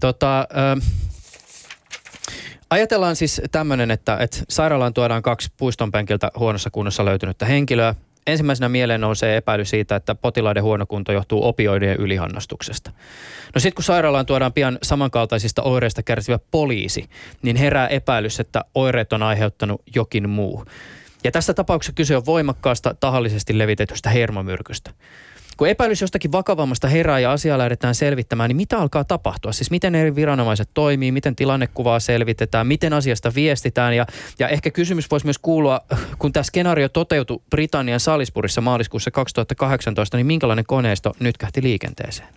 Speaker 3: Ajatellaan siis tämmöinen, että sairaalaan tuodaan 2 puistonpenkiltä huonossa kunnossa löytynyttä henkilöä. Ensimmäisenä mieleen nousee epäily siitä, että potilaiden huono kunto johtuu opioidien ylihannostuksesta. No sitten kun sairaalaan tuodaan pian samankaltaisista oireista kärsivä poliisi, niin herää epäilys, että oireet on aiheuttanut jokin muu. Ja tässä tapauksessa kyse on voimakkaasta, tahallisesti levitetystä hermomyrkystä. Kun epäilys jostakin vakavammasta herää ja asiaa lähdetään selvittämään, niin mitä alkaa tapahtua? Siis miten eri viranomaiset toimii, miten tilannekuvaa selvitetään, miten asiasta viestitään. Ja ehkä kysymys voisi myös kuulua, kun tämä skenaario toteutui Britannian Salisburyssa maaliskuussa 2018, niin minkälainen koneisto nyt kähti liikenteeseen?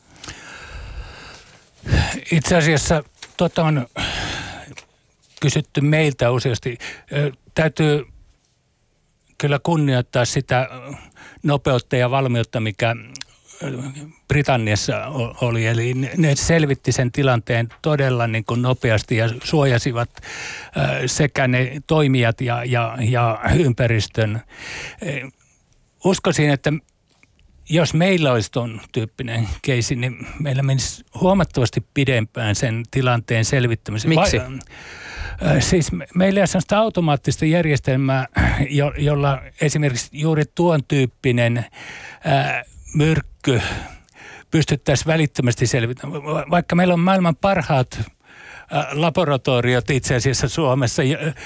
Speaker 4: Itse asiassa on kysytty meiltä useasti. Täytyy kyllä kunnioittaa sitä nopeutta ja valmiutta, mikä Britanniassa oli. Eli ne selvitti sen tilanteen todella niin kuin nopeasti ja suojasivat sekä ne toimijat ja ympäristön. Uskoisin, että jos meillä olisi tuon tyyppinen keisi, niin meillä menisi huomattavasti pidempään sen tilanteen selvittämiseen.
Speaker 3: Miksi?
Speaker 4: Siis meillä on sellaista automaattista järjestelmää, jolla esimerkiksi juuri tuon tyyppinen myrkky pystyttäisiin välittömästi selvittämään. Vaikka meillä on maailman parhaat laboratoriot itse asiassa Suomessa,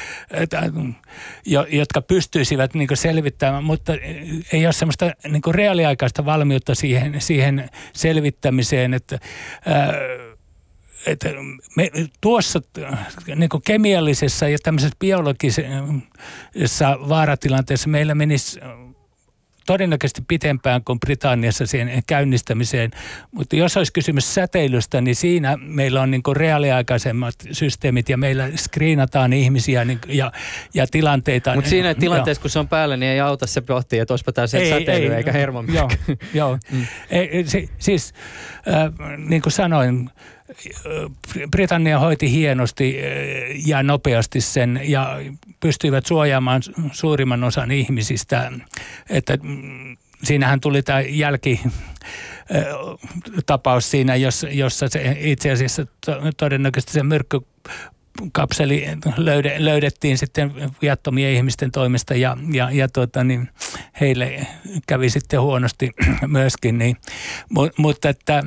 Speaker 4: jotka pystyisivät niin kuin selvittämään, mutta ei ole semmoista niin kuin reaaliaikaista valmiutta siihen selvittämiseen, että me tuossa niin kuin kemiallisessa ja tämmöisessä biologisessa vaaratilanteessa meillä menisi todennäköisesti pitempään kuin Britanniassa siihen käynnistämiseen. Mutta jos olisi kysymys säteilystä, niin siinä meillä on niin kuin reaaliaikaisemmat systeemit ja meillä screenataan ihmisiä ja tilanteita.
Speaker 3: Mutta siinä tilanteessa, kun se on päällä, niin ei auta se pohtia, että olisipa tämä sen säteily eikä hermomyrkky.
Speaker 4: Joo. Siis niin kuin sanoin, Britannia hoiti hienosti ja nopeasti sen ja pystyivät suojaamaan suurimman osan ihmisistä. Että siinähän tuli tämä jälkitapaus siinä, jossa se itse asiassa todennäköisesti se myrkkykapseli löydettiin sitten viattomien ihmisten toimesta ja heille kävi sitten huonosti myöskin. Niin, mutta että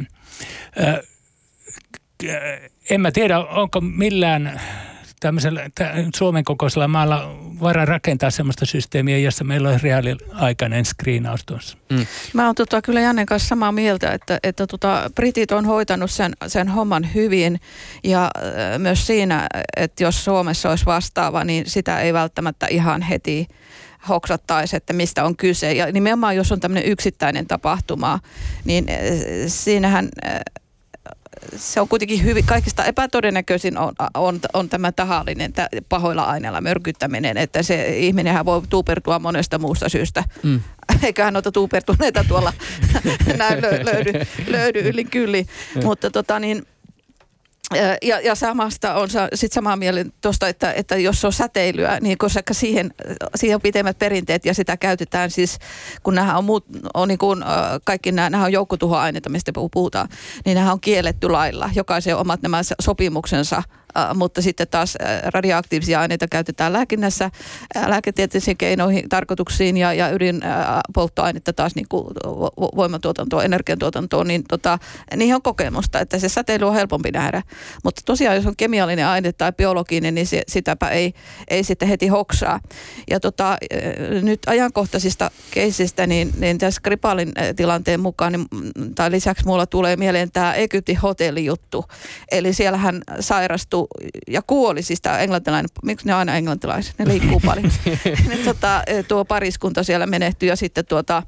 Speaker 4: en mä tiedä, onko millään tämmöisellä Suomen kokoisella maalla varaa rakentaa semmoista systeemiä, jossa meillä on reaaliaikainen screenaus tuossa.
Speaker 5: Mä oon kyllä Jannen kanssa samaa mieltä, että britit on hoitanut sen homman hyvin ja myös siinä, että jos Suomessa olisi vastaava, niin sitä ei välttämättä ihan heti hoksattaisi, että mistä on kyse. Ja nimenomaan jos on tämmöinen yksittäinen tapahtuma, niin siinähän se on kuitenkin hyvin, kaikista epätodennäköisin on tämä tahallinen pahoilla aineilla myrkyttäminen, että se ihminenhän voi tuupertua monesta muusta syystä. Eiköhän noita tuupertuneita tuolla näin löydy yli kyllin. Mutta Ja samasta on sitten samaa mieltä tuosta, että jos on säteilyä, niin koska siihen on pitemmät perinteet ja sitä käytetään siis, kun nämä on niin kuin kaikki nämä on joukkotuhoaineita, mistä puhutaan, niin nämä on kielletty lailla. Jokaisen omat nämä sopimuksensa, mutta sitten taas radioaktiivisia aineita käytetään lääkinnässä, lääketieteellisiin keinoihin, tarkoituksiin ja ydinpolttoainetta taas niin kuin voimatuotantoon, energiantuotantoon, niin niihin on kokemusta, että se säteily on helpompi nähdä. Mutta tosiaan, jos on kemiallinen aine tai biologinen, niin sitäpä ei sitten heti hoksaa. Ja nyt ajankohtaisista keisistä, niin tässä Skripalin tilanteen mukaan, niin, tai lisäksi mulla tulee mieleen tämä Egyptin hotellijuttu. Eli siellähän sairastui ja kuoli, siis tämä englantilainen, miksi ne on aina englantilaiset, ne liikkuu paljon. Tuo pariskunta siellä menehtyi ja sitten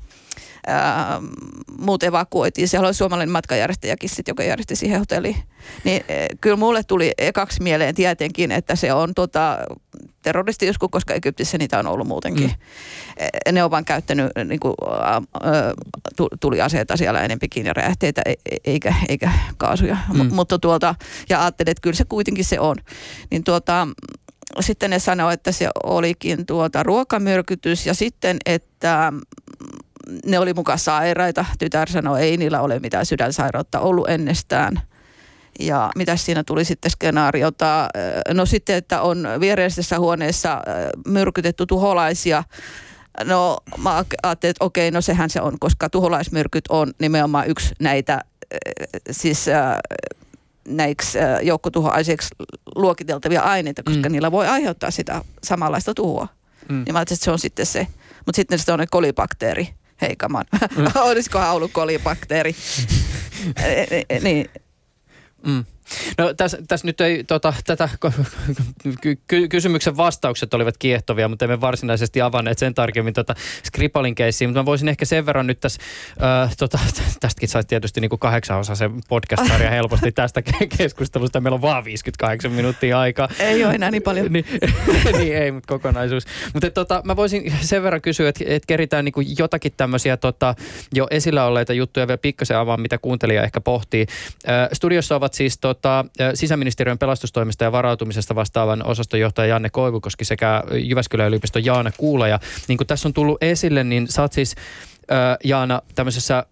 Speaker 5: muut evakuoitiin. Siellä oli suomalainen matkajärjestäjäkin sitten, joka järjesti siihen hotelliin. Niin kyllä mulle tuli ekaksi mieleen tietenkin, että se on terroristiusku, koska Egyptissä niitä on ollut muutenkin. Ne on vaan käyttänyt niin kuin, tuliaseita siellä enempikin ja räjähteitä, eikä kaasuja. Mutta ja ajattelin, että kyllä se kuitenkin se on. Niin sitten ne sanoi, että se olikin ruokamyrkytys ja sitten, että ne oli mukaan sairaita. Tytär sanoi, ei niillä ole mitään sydänsairautta ollut ennestään. Ja mitä siinä tuli sitten skenaariota? No sitten, että on viereisessä huoneessa myrkytetty tuholaisia. No mä ajattelin, että okei, no sehän se on, koska tuholaismyrkyt on nimenomaan yksi näitä siis näiksi joukkotuhoaiseiksi luokiteltavia aineita, koska niillä voi aiheuttaa sitä samanlaista tuhoa. Ja mä ajattelin, että se on sitten se. Mutta sitten se on kolibakteeri. Hei, kaman. Olisikohan ollut kolibakteeri? Niin.
Speaker 3: No tässä nyt ei tätä kysymyksen vastaukset olivat kiehtovia, mutta emme varsinaisesti avanneet sen tarkemmin Skripalin keissiä, mutta mä voisin ehkä sen verran nyt tästäkin saisi tietysti niin kuin 8-osaisen podcast-sarja helposti tästä keskustelusta. Meillä on vaan 58 minuuttia aikaa.
Speaker 5: Ei ole enää niin paljon.
Speaker 3: niin ei, mutta kokonaisuus. Mutta mä voisin sen verran kysyä, että keritään niin kuin jotakin tämmöisiä jo esillä olleita juttuja vielä pikkasen avaan, mitä kuuntelija ehkä pohtii. Studiossa ovat siis sisäministeriön pelastustoimesta ja varautumisesta vastaavan osastonjohtaja Janne Koivukoski sekä Jyväskylän yliopiston Jaana Kuula. Ja niin kuin tässä on tullut esille, niin sä oot siis Jaana tämmöisessä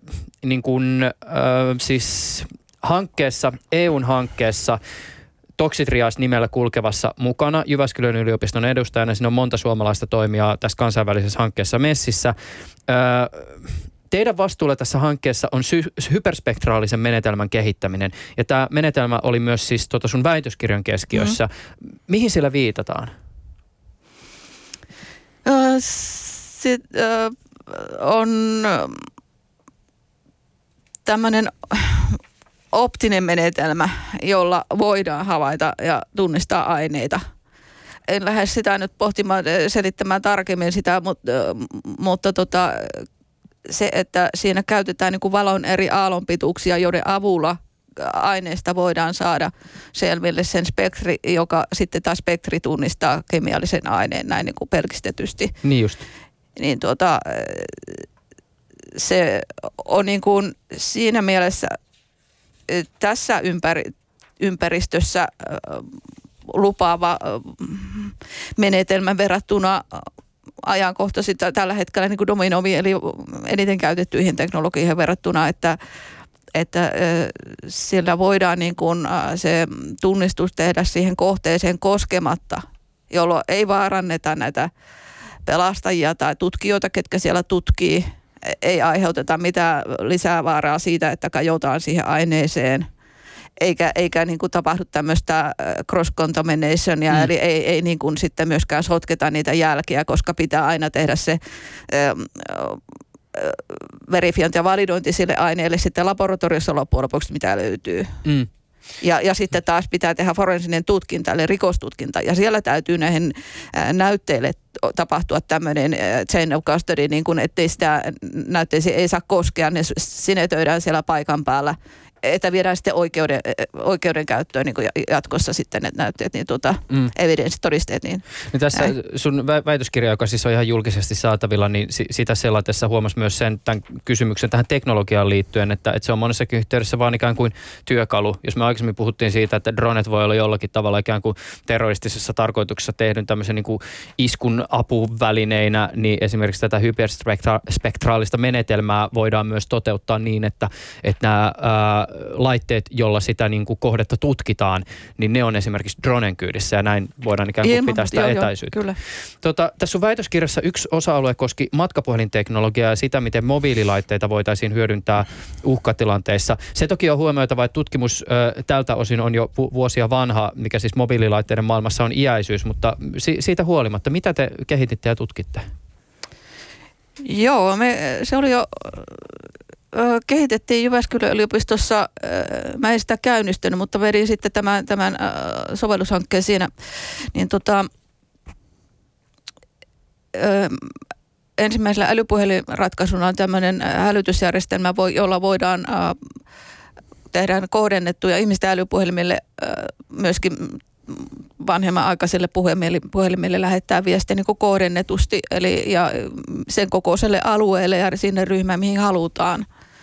Speaker 3: siis hankkeessa, EUn hankkeessa, Toxitrias nimellä kulkevassa mukana Jyväskylän yliopiston edustajana. Siinä on monta suomalaista toimijaa tässä kansainvälisessä hankkeessa messissä. Teidän vastuulla tässä hankkeessa on hyperspektraalisen menetelmän kehittäminen. Ja tämä menetelmä oli myös siis sun väitöskirjan keskiössä. Mihin sillä viitataan?
Speaker 5: Se on tämmöinen optinen menetelmä, jolla voidaan havaita ja tunnistaa aineita. En lähde sitä nyt pohtimaan, selittämään tarkemmin sitä, mutta se, että siinä käytetään niin kuin valon eri aallonpituuksia, joiden avulla aineesta voidaan saada selville sen spektri, joka sitten taas spektri tunnistaa kemiallisen aineen näin niin kuin pelkistetysti.
Speaker 3: Niin just.
Speaker 5: Niin se on niin kuin siinä mielessä tässä ympäristössä lupaava menetelmä verrattuna ajankohtaisesti tällä hetkellä niin kuin dominoviin eli eniten käytettyihin teknologioihin verrattuna, että sillä voidaan niin kuin se tunnistus tehdä siihen kohteeseen koskematta, jolloin ei vaaranneta näitä pelastajia tai tutkijoita, ketkä siellä tutkii, ei aiheuteta mitään lisää vaaraa siitä, että kajotaan siihen aineeseen. Eikä niin kuin tapahdu tämmöistä cross-contaminationia, eli ei niin kuin sitten myöskään sotketa niitä jälkiä, koska pitää aina tehdä se verifiointi ja validointi sille aineelle sitten laboratoriossa loppujen lopuksi, mitä löytyy. Ja sitten taas pitää tehdä forensinen tutkinta, eli rikostutkinta, ja siellä täytyy näihin näytteille tapahtua tämmöinen chain of custody, niin kuin ettei sitä näytteisiä ei saa koskea, ne sinetöidään siellä paikan päällä, että viedään sitten oikeudenkäyttöön niin kuin jatkossa sitten ne näytteet, niin evidence-todisteet. Niin
Speaker 3: tässä sun väitöskirja, joka siis on ihan julkisesti saatavilla, niin sitä selatessa huomasi myös tämän kysymyksen tähän teknologiaan liittyen, että se on monessakin yhteydessä vaan ikään kuin työkalu. Jos me aikaisemmin puhuttiin siitä, että dronet voi olla jollakin tavalla ikään kuin terroristisessa tarkoituksessa tehdyn tämmöisen niin kuin iskun apuvälineinä, niin esimerkiksi tätä hyperspektraalista menetelmää voidaan myös toteuttaa niin, että nämä laitteet, jolla sitä niin kuin kohdetta tutkitaan, niin ne on esimerkiksi dronen kyydissä ja näin voidaan ikään kuin pitää sitä etäisyyttä.
Speaker 5: Kyllä.
Speaker 3: Tässä sun väitöskirjassa yksi osa-alue koski matkapuhelinteknologiaa ja sitä, miten mobiililaitteita voitaisiin hyödyntää uhkatilanteissa. Se toki on huomioitava, että tutkimus tältä osin on jo vuosia vanha, mikä siis mobiililaitteiden maailmassa on iäisyys, mutta siitä huolimatta, mitä te kehititte ja tutkitte?
Speaker 5: Joo, se oli jo, kehitettiin Jyväskylän yliopistossa, mä en sitä käynnistynyt, mutta vedin sitten tämän sovellushankkeen siinä, niin ensimmäisellä älypuhelinratkaisulla on tämmöinen hälytysjärjestelmä, jolla voidaan tehdään kohdennettuja ihmisten älypuhelimille myöskin vanhemman aikaiselle puhelimelle lähettää viestiä niin kuin kohdennetusti, ja sen kokoiselle alueelle ja sinne ryhmään, mihin halutaan.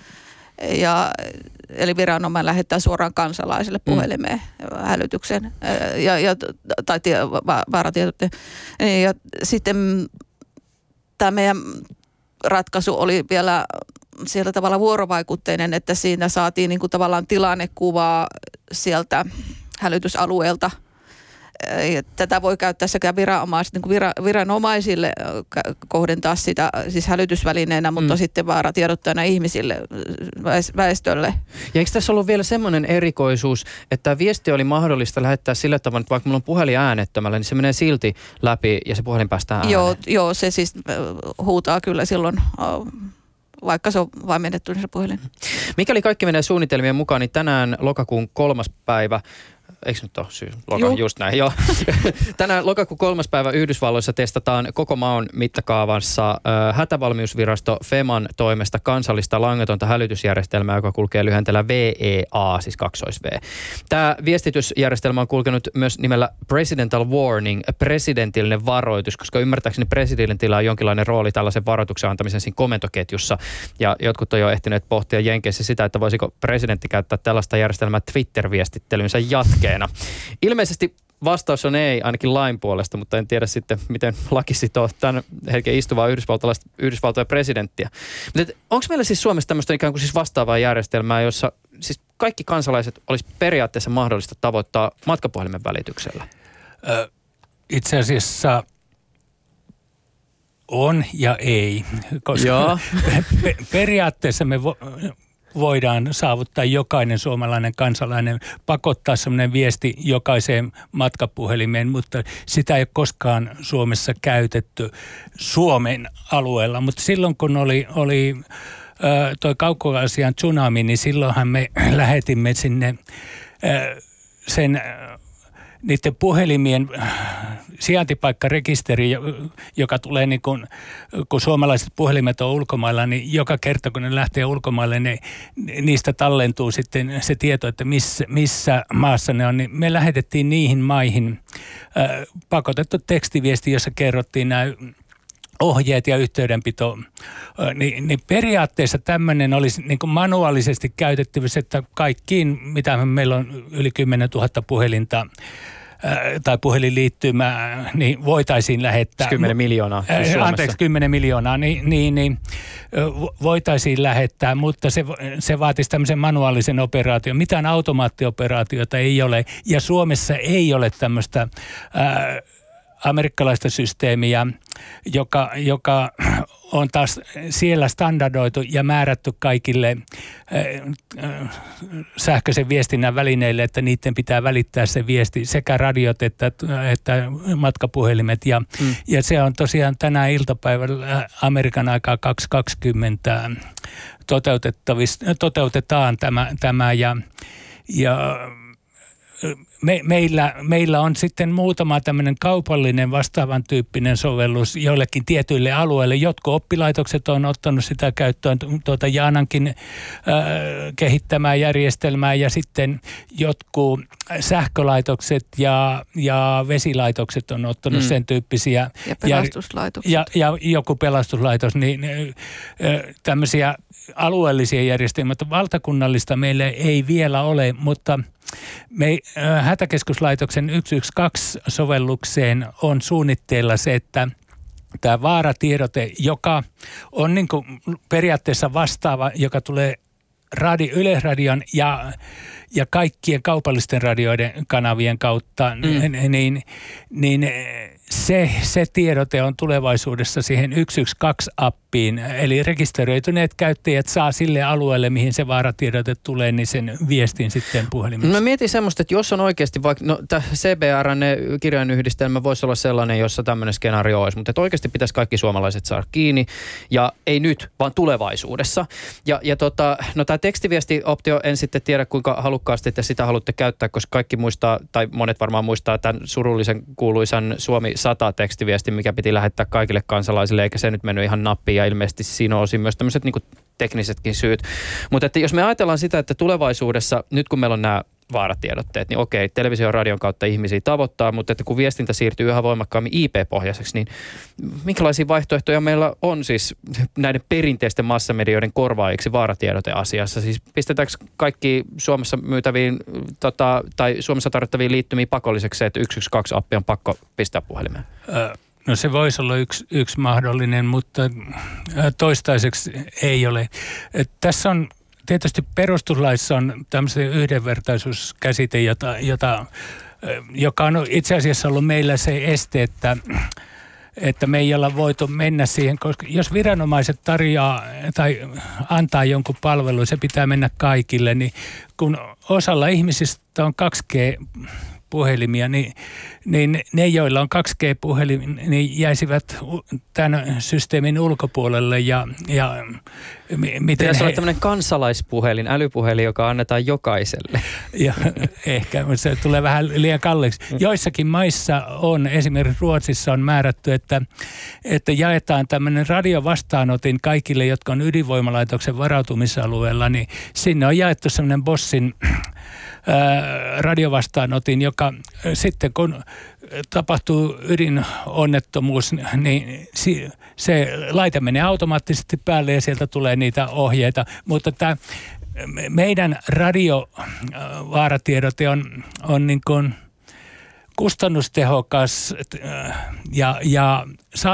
Speaker 5: Eli viranomainen lähettää suoraan kansalaiselle puhelimeen hälytyksen tai vaaratiedot. Ja sitten tämä meidän ratkaisu oli vielä sieltä tavalla vuorovaikutteinen, että siinä saatiin niin kuin tavallaan tilannekuvaa sieltä hälytysalueelta. Tätä voi käyttää sekä viranomaisille kohdentaa sitä siis hälytysvälineenä, mutta sitten vaaratiedottajana ihmisille, väestölle.
Speaker 3: Ja eikö tässä ollut vielä semmoinen erikoisuus, että viesti oli mahdollista lähettää sillä tavalla, että vaikka mulla on puhelin äänettömällä, niin se menee silti läpi ja se puhelin päästään ääneen?
Speaker 5: Joo, se siis huutaa kyllä silloin, vaikka se on vain menetty se puhelin.
Speaker 3: Mikäli kaikki menee suunnitelmien mukaan, niin tänään lokakuun 3. päivä, eikö nyt ole just näin, joo. Tänään lokakuun 3. päivä Yhdysvalloissa testataan koko maan mittakaavassa hätävalmiusvirasto FEMAn toimesta kansallista langatonta hälytysjärjestelmää, joka kulkee lyhenteellä VEA, siis 2V. Tämä viestitysjärjestelmä on kulkenut myös nimellä Presidential Warning, presidentillinen varoitus, koska ymmärtääkseni presidentillä on jonkinlainen rooli tällaisen varoituksen antamisen siinä komentoketjussa. Ja jotkut on jo ehtineet pohtia Jenkeissä sitä, että voisiko presidentti käyttää tällaista järjestelmää Twitter-viestittelynsä jatkeena. Ilmeisesti vastaus on ei, ainakin lain puolesta, mutta en tiedä sitten, miten laki sitoo tämän hetken istuvaa Yhdysvaltojen presidenttiä. Mutta onko meillä siis Suomessa tämmöistä ikään kuin siis vastaavaa järjestelmää, jossa siis kaikki kansalaiset olisi periaatteessa mahdollista tavoittaa matkapuhelimen välityksellä?
Speaker 4: Itse asiassa on ja ei, koska periaatteessa me voidaan saavuttaa jokainen suomalainen kansalainen, pakottaa semmoinen viesti jokaiseen matkapuhelimeen, mutta sitä ei ole koskaan Suomessa käytetty Suomen alueella. Mutta silloin kun oli toi Kauko-Aasian tsunami, niin silloinhan me lähetimme sinne niiden puhelimien sijaintipaikkarekisteri, joka tulee niin kun suomalaiset puhelimet on ulkomailla, niin joka kerta kun ne lähtee ulkomaille, niistä tallentuu sitten se tieto, että missä maassa ne on. Niin me lähetettiin niihin maihin pakotettu tekstiviesti, jossa kerrottiin nämä ohjeet ja yhteydenpito, niin periaatteessa tämmöinen olisi niin kuin manuaalisesti käytettävissä, että kaikkiin, mitä meillä on yli 10 000 puhelinta tai puhelinliittymää, niin voitaisiin lähettää.
Speaker 3: 10 miljoonaa.
Speaker 4: 10 miljoonaa, niin voitaisiin lähettää, mutta se vaatisi tämmöisen manuaalisen operaation. Mitään automaattioperaatiota ei ole, ja Suomessa ei ole tämmöistä amerikkalaista systeemiä, joka on taas siellä standardoitu ja määrätty kaikille sähköisen viestinnän välineille, että niiden pitää välittää se viesti, sekä radiot että matkapuhelimet. Ja se on tosiaan tänään iltapäivällä Amerikan aikaa 2.20 toteutetaan tämä ja meillä on sitten muutama tämmöinen kaupallinen vastaavan tyyppinen sovellus joillekin tietyille alueille. Jotkut oppilaitokset on ottanut sitä käyttöön, Jaanankin kehittämää järjestelmää, ja sitten jotkut sähkölaitokset ja vesilaitokset on ottanut sen tyyppisiä.
Speaker 5: Ja pelastuslaitokset.
Speaker 4: Ja joku pelastuslaitos, niin tämmöisiä alueellisia järjestelmiä. Valtakunnallista meillä ei vielä ole, mutta hätäkeskuslaitoksen 112-sovellukseen on suunnitteilla se, että tämä vaaratiedote, joka on niin kuin periaatteessa vastaava, joka tulee Yleisradion ja kaikkien kaupallisten radioiden kanavien kautta, niin se tiedote on tulevaisuudessa siihen 112-appiin. Eli rekisteröityneet käyttäjät saa sille alueelle, mihin se vaaratiedote tulee, niin sen viestin sitten puhelimessa.
Speaker 3: Mä mietin semmoista, että jos on oikeasti vaikka, CBR:n kirjainyhdistelmä voisi olla sellainen, jossa tämmöinen skenaario olisi, mutta että oikeasti pitäisi kaikki suomalaiset saada kiinni, ja ei nyt, vaan tulevaisuudessa. No tämä tekstiviesti-optio, en sitten tiedä kuinka halukkaasti te sitä haluatte käyttää, koska kaikki muistaa, tai monet varmaan muistaa tämän surullisen kuuluisan Suomi 100 tekstiviestin, mikä piti lähettää kaikille kansalaisille, eikä se nyt mennyt ihan nappiin, ja ilmeisesti siinä on osin myös tämmöiset niin kuin teknisetkin syyt. Mutta että jos me ajatellaan sitä, että tulevaisuudessa, nyt kun meillä on nämä vaaratiedotteet, niin okei, television ja radion kautta ihmisiä tavoittaa, mutta että kun viestintä siirtyy yhä voimakkaammin IP-pohjaiseksi, niin minkälaisia vaihtoehtoja meillä on siis näiden perinteisten massamedioiden korvaajiksi vaaratiedoteasiassa? Siis pistetäänkö kaikki Suomessa myytäviin tai Suomessa tarjottaviin liittymiin pakolliseksi se, että 112-appi on pakko pistää puhelimeen?
Speaker 4: No se voisi olla yksi mahdollinen, mutta toistaiseksi ei ole. Tässä on tietysti perustuslaissa on tämmöinen yhdenvertaisuuskäsite, joka on itse asiassa ollut meillä se este, että me ei olla voitu mennä siihen, koska jos viranomaiset tarjoaa tai antaa jonkun palvelun, se pitää mennä kaikille, niin kun osalla ihmisistä on 2G-puhelimia, niin ne, joilla on 2G-puhelin, niin jäisivät tämän systeemin ulkopuolelle ja miten
Speaker 3: se on tämmöinen kansalaispuhelin, älypuhelin, joka annetaan jokaiselle.
Speaker 4: Ja ehkä, mutta se tulee vähän liian kalliiksi. Joissakin maissa on, esimerkiksi Ruotsissa on määrätty, että jaetaan tämmöinen radiovastaanotin kaikille, jotka on ydinvoimalaitoksen varautumisalueella, niin sinne on jaettu semmoinen Bossin radiovastaanotin, joka sitten kun tapahtuu ydinonnettomuus, niin se laite menee automaattisesti päälle ja sieltä tulee niitä ohjeita. Mutta tämä meidän radiovaaratiedote on niin kuin kustannustehokas ja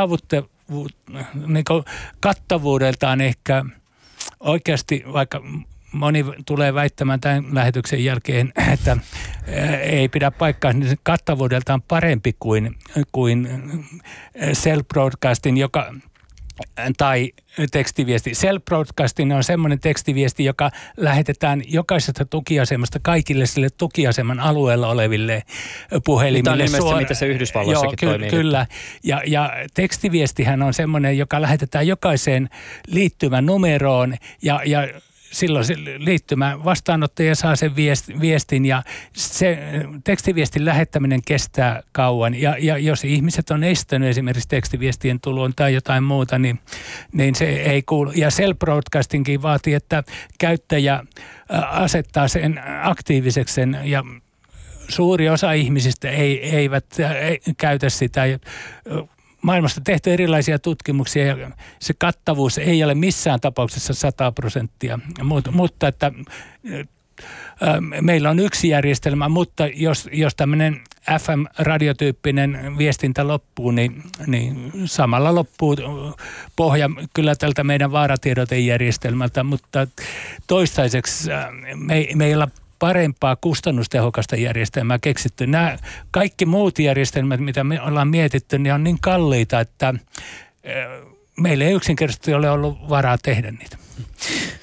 Speaker 4: niin kuin kattavuudeltaan ehkä oikeasti, vaikka moni tulee väittämään tämän lähetyksen jälkeen, että ei pidä paikkaa, niin kattavuudeltaan parempi kuin cell broadcasting, tai tekstiviesti. Cell broadcasting on semmoinen tekstiviesti, joka lähetetään jokaisesta tukiasemasta kaikille sille tukiaseman alueella oleville puhelimille.
Speaker 3: Tämä on ilmeisesti, mitä se Yhdysvalloissakin toimii.
Speaker 4: Kyllä. Ja tekstiviestihän on semmoinen, joka lähetetään jokaiseen liittymänumeroon ja silloin se liittymä vastaanottaja saa sen viestin ja se tekstiviestin lähettäminen kestää kauan. Ja jos ihmiset on estänyt esimerkiksi tekstiviestien tulon tai jotain muuta, niin se ei kuulu. Ja cell broadcastingkin vaatii, että käyttäjä asettaa sen aktiiviseksi sen ja suuri osa ihmisistä eivät käytä sitä. Maailmasta tehty erilaisia tutkimuksia ja se kattavuus ei ole missään tapauksessa 100%, mutta että meillä on yksi järjestelmä, mutta jos tämmöinen FM-radiotyyppinen viestintä loppuu, niin samalla loppuu pohja kyllä tältä meidän vaaratiedotejärjestelmältä, mutta toistaiseksi meillä parempaa kustannustehokasta järjestelmää keksitty. Nämä kaikki muut järjestelmät, mitä me ollaan mietitty, niin on niin kalliita, että meillä ei yksinkertaisesti ole ollut varaa tehdä niitä.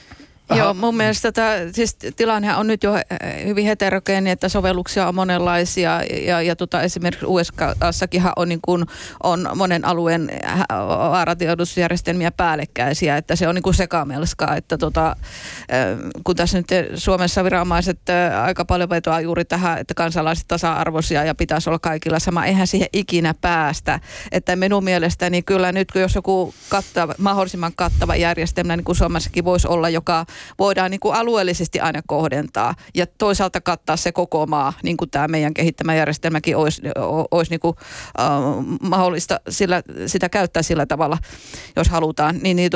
Speaker 5: Joo, mun mielestä siis tilanne on nyt jo hyvin heterogeeni, että sovelluksia on monenlaisia ja esimerkiksi USAssakinhan on, niin kuin, on monen alueen vaaratiedotusjärjestelmiä päällekkäisiä, että se on niin kuin sekamelskaa, että kun tässä nyt Suomessa viranomaiset aika paljon vetoaa juuri tähän, että kansalaiset tasa-arvoisia ja pitäisi olla kaikilla sama, eihän siihen ikinä päästä, että minun mielestäni kyllä nyt, jos joku mahdollisimman kattava järjestelmä, niin kuin Suomessakin voisi olla, joka voidaan niin kuin alueellisesti aina kohdentaa ja toisaalta kattaa se koko maa, niin kuin tämä meidän kehittämä järjestelmäkin olisi niin kuin, mahdollista sitä käyttää sillä tavalla, jos halutaan.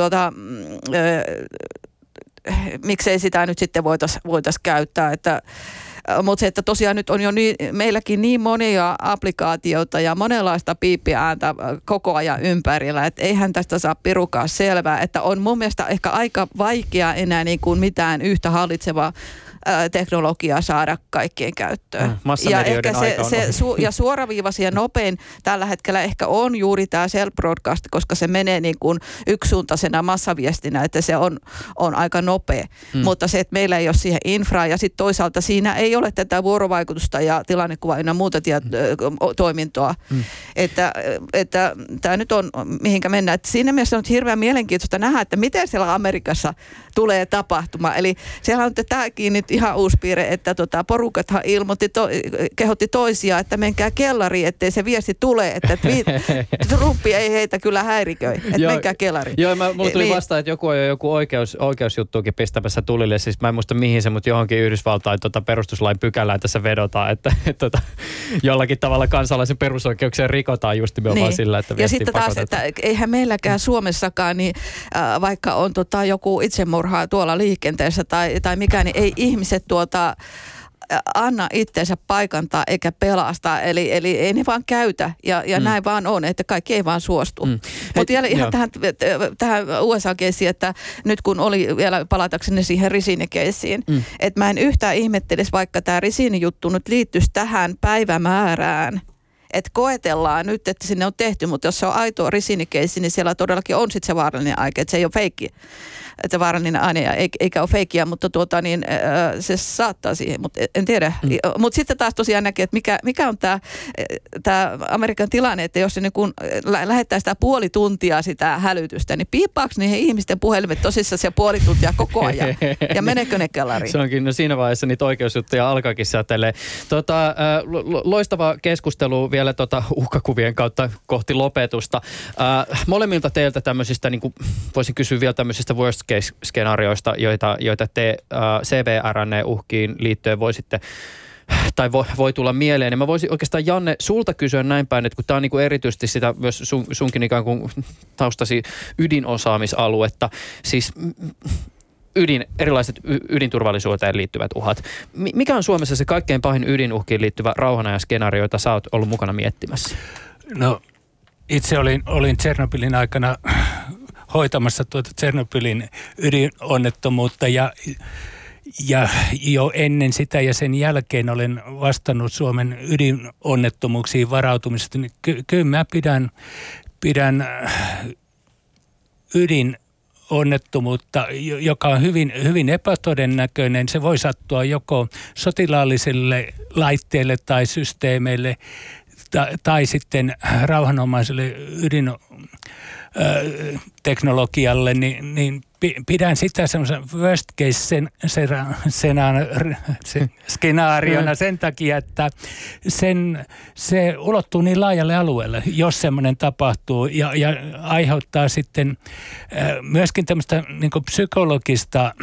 Speaker 5: Miksei sitä nyt sitten voitaisiin käyttää, mutta se, että tosiaan nyt on jo meilläkin niin monia applikaatioita ja monenlaista piippiääntä koko ajan ympärillä, että eihän tästä saa pirukaan selvää, että on mun mielestä ehkä aika vaikea enää niin kuin mitään yhtä hallitsevaa teknologiaa saada kaikkien käyttöön. Ja ehkä ja suoraviivaisia ja nopein tällä hetkellä ehkä on juuri tämä cell broadcast, koska se menee niin kuin yksisuuntaisena massaviestinä, että se on aika nopea. Mutta se, että meillä ei ole siihen infraa ja sitten toisaalta siinä ei ole tätä vuorovaikutusta ja tilannekuvaa ynnä muuta toimintoa. Että tämä nyt on mihinkä mennään. Että siinä mielessä on hirveän mielenkiintoista nähdä, että miten siellä Amerikassa tulee tapahtumaan. Eli siellä on tämäkin nyt ihan uusi piirre, että porukathan kehotti toisia, että menkää kellariin, ettei se viesti tule, että Trumpi ei heitä kyllä häiriköi, että menkää kellariin.
Speaker 3: Joo, mulle tuli vastaan, että joku on jo joku oikeusjuttuukin pistämässä tulille, siis mä en muista mihin se, mutta johonkin Yhdysvaltain perustuslain pykälään tässä vedotaan, että jollakin tavalla kansalaisen perusoikeuksia rikotaan just nimenomaan sillä, että viestiin pakotetaan. Ja sitten taas, että eihän meilläkään Suomessakaan, niin vaikka on joku itsemurhaa tuolla liikenteessä tai mikä, niin ei ihmiset anna itseensä paikantaa eikä pelastaa, eli ei ne vaan käytä ja näin vaan on, että kaikki ei vaan suostu. Mutta ihan tähän USA-keissiin, että nyt kun oli vielä palatakseni siihen Risini-keissiin, että mä en yhtään ihmettelisi, vaikka tämä Risini-juttu nyt liittyisi tähän päivämäärään, että koetellaan nyt, että sinne on tehty, mutta jos se on aito Risini-keissi, niin siellä todellakin on sitten se vaarallinen aike, että se ei ole feikki. Että vaarallinen aine eikä ole feikkiä, mutta se saattaa siihen, mutta en tiedä. Mutta sitten taas tosiaan näkee, että mikä on tämä Amerikan tilanne, että jos se niin kun lähettää sitä puoli tuntia sitä hälytystä, niin piippaako niihin ihmisten puhelimet tosissaan se puoli tuntia koko ajan? Ja menekö ne kellariin? Se onkin, no siinä vaiheessa niitä oikeusjuttuja alkaakin säätelee. Loistava keskustelu vielä uhkakuvien kautta kohti lopetusta. Molemmilta teiltä tämmöisistä, niin kuin voisin kysyä vielä tämmöisistä worst case-skenaarioista, joita te CBRN-uhkiin liittyen voisitte tai voi tulla mieleen. Ja mä voisin oikeastaan, Janne, sulta kysyä näin päin, että kun tämä on niin kuin erityisesti sitä myös sunkin ikään kuin taustasi ydinosaamisaluetta, siis erilaiset ydinturvallisuuteen liittyvät uhat. Mikä on Suomessa se kaikkein pahin ydinuhkiin liittyvä rauhanajan skenaario, jota sä oot ollut mukana miettimässä?
Speaker 4: No, itse olin Tšernobylin aikana hoitamassa Tšernobylin ydinonnettomuutta ja jo ennen sitä ja sen jälkeen olen vastannut Suomen ydinonnettomuuksiin varautumisesta. Niin kyllä mä pidän ydinonnettomuutta, joka on hyvin, hyvin epätodennäköinen. Se voi sattua joko sotilaallisille laitteille tai systeemeille tai sitten rauhanomaiselle ydinteknologialle, niin pidän sitä semmoisen worst case skenaariona sen takia, että se ulottuu niin laajalle alueelle, jos semmoinen tapahtuu ja aiheuttaa sitten myöskin tämmöistä niin kuin psykologista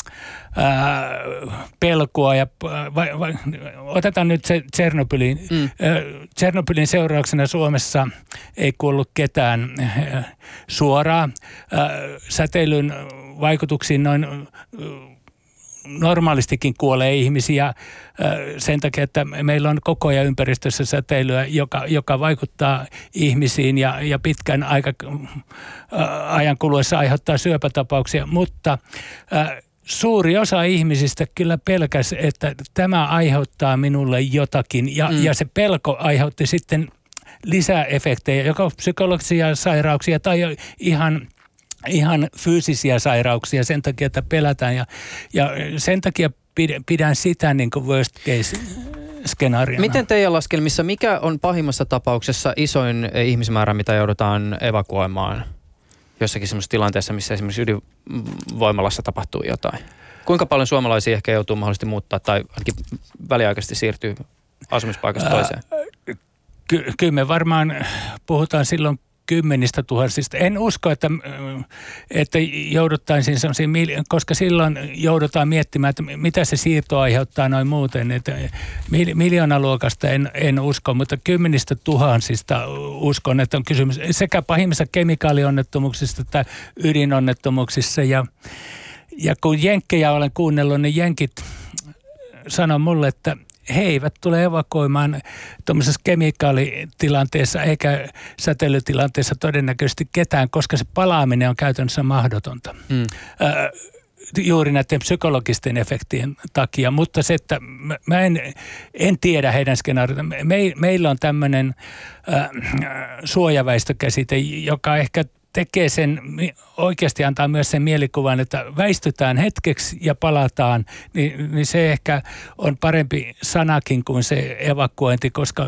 Speaker 4: pelkoa ja otetaan nyt se Tšernobylin. Tšernobylin seurauksena Suomessa ei kuollut ketään suoraan. Säteilyn vaikutuksiin noin normaalistikin kuolee ihmisiä sen takia, että meillä on koko ajan ympäristössä säteilyä, joka vaikuttaa ihmisiin ja pitkän ajan kuluessa aiheuttaa syöpätapauksia, mutta suuri osa ihmisistä kyllä pelkäsi, että tämä aiheuttaa minulle jotakin ja se pelko aiheutti sitten lisäefektejä, joko psykologisia sairauksia tai ihan ihan fyysisiä sairauksia sen takia, että pelätään. Ja sen takia pidän sitä niin kuin worst case skenaariona.
Speaker 3: Miten teidän laskelmissa, mikä on pahimmassa tapauksessa isoin ihmismäärä, mitä joudutaan evakuoimaan jossakin semmoisessa tilanteessa, missä esimerkiksi ydinvoimalassa tapahtuu jotain? Kuinka paljon suomalaisia ehkä joutuu mahdollisesti muuttaa tai ainakin väliaikaisesti siirtyy asumispaikasta toiseen?
Speaker 4: Kyllä me varmaan puhutaan silloin 10 000. En usko, että jouduttaisiin sellaisiin, koska silloin joudutaan miettimään, että mitä se siirto aiheuttaa noin muuten. Että miljoonaluokasta en usko, mutta 10 000 uskon, että on kysymys sekä pahimmissa kemikaalionnettomuuksista että ydinonnettomuuksissa. Ja kun jenkkejä olen kuunnellut, niin jenkit sanoo mulle, että he eivät tule evakuoimaan tuollaisessa kemikaalitilanteessa eikä säteilytilanteessa todennäköisesti ketään, koska se palaaminen on käytännössä mahdotonta. Juuri näiden psykologisten efektien takia, mutta se, että mä en tiedä heidän skenaarioita. Meillä on tämmöinen suojaväistökäsite, joka ehkä tekee sen, oikeasti antaa myös sen mielikuvan, että väistytään hetkeksi ja palataan, niin se ehkä on parempi sanakin kuin se evakuointi, koska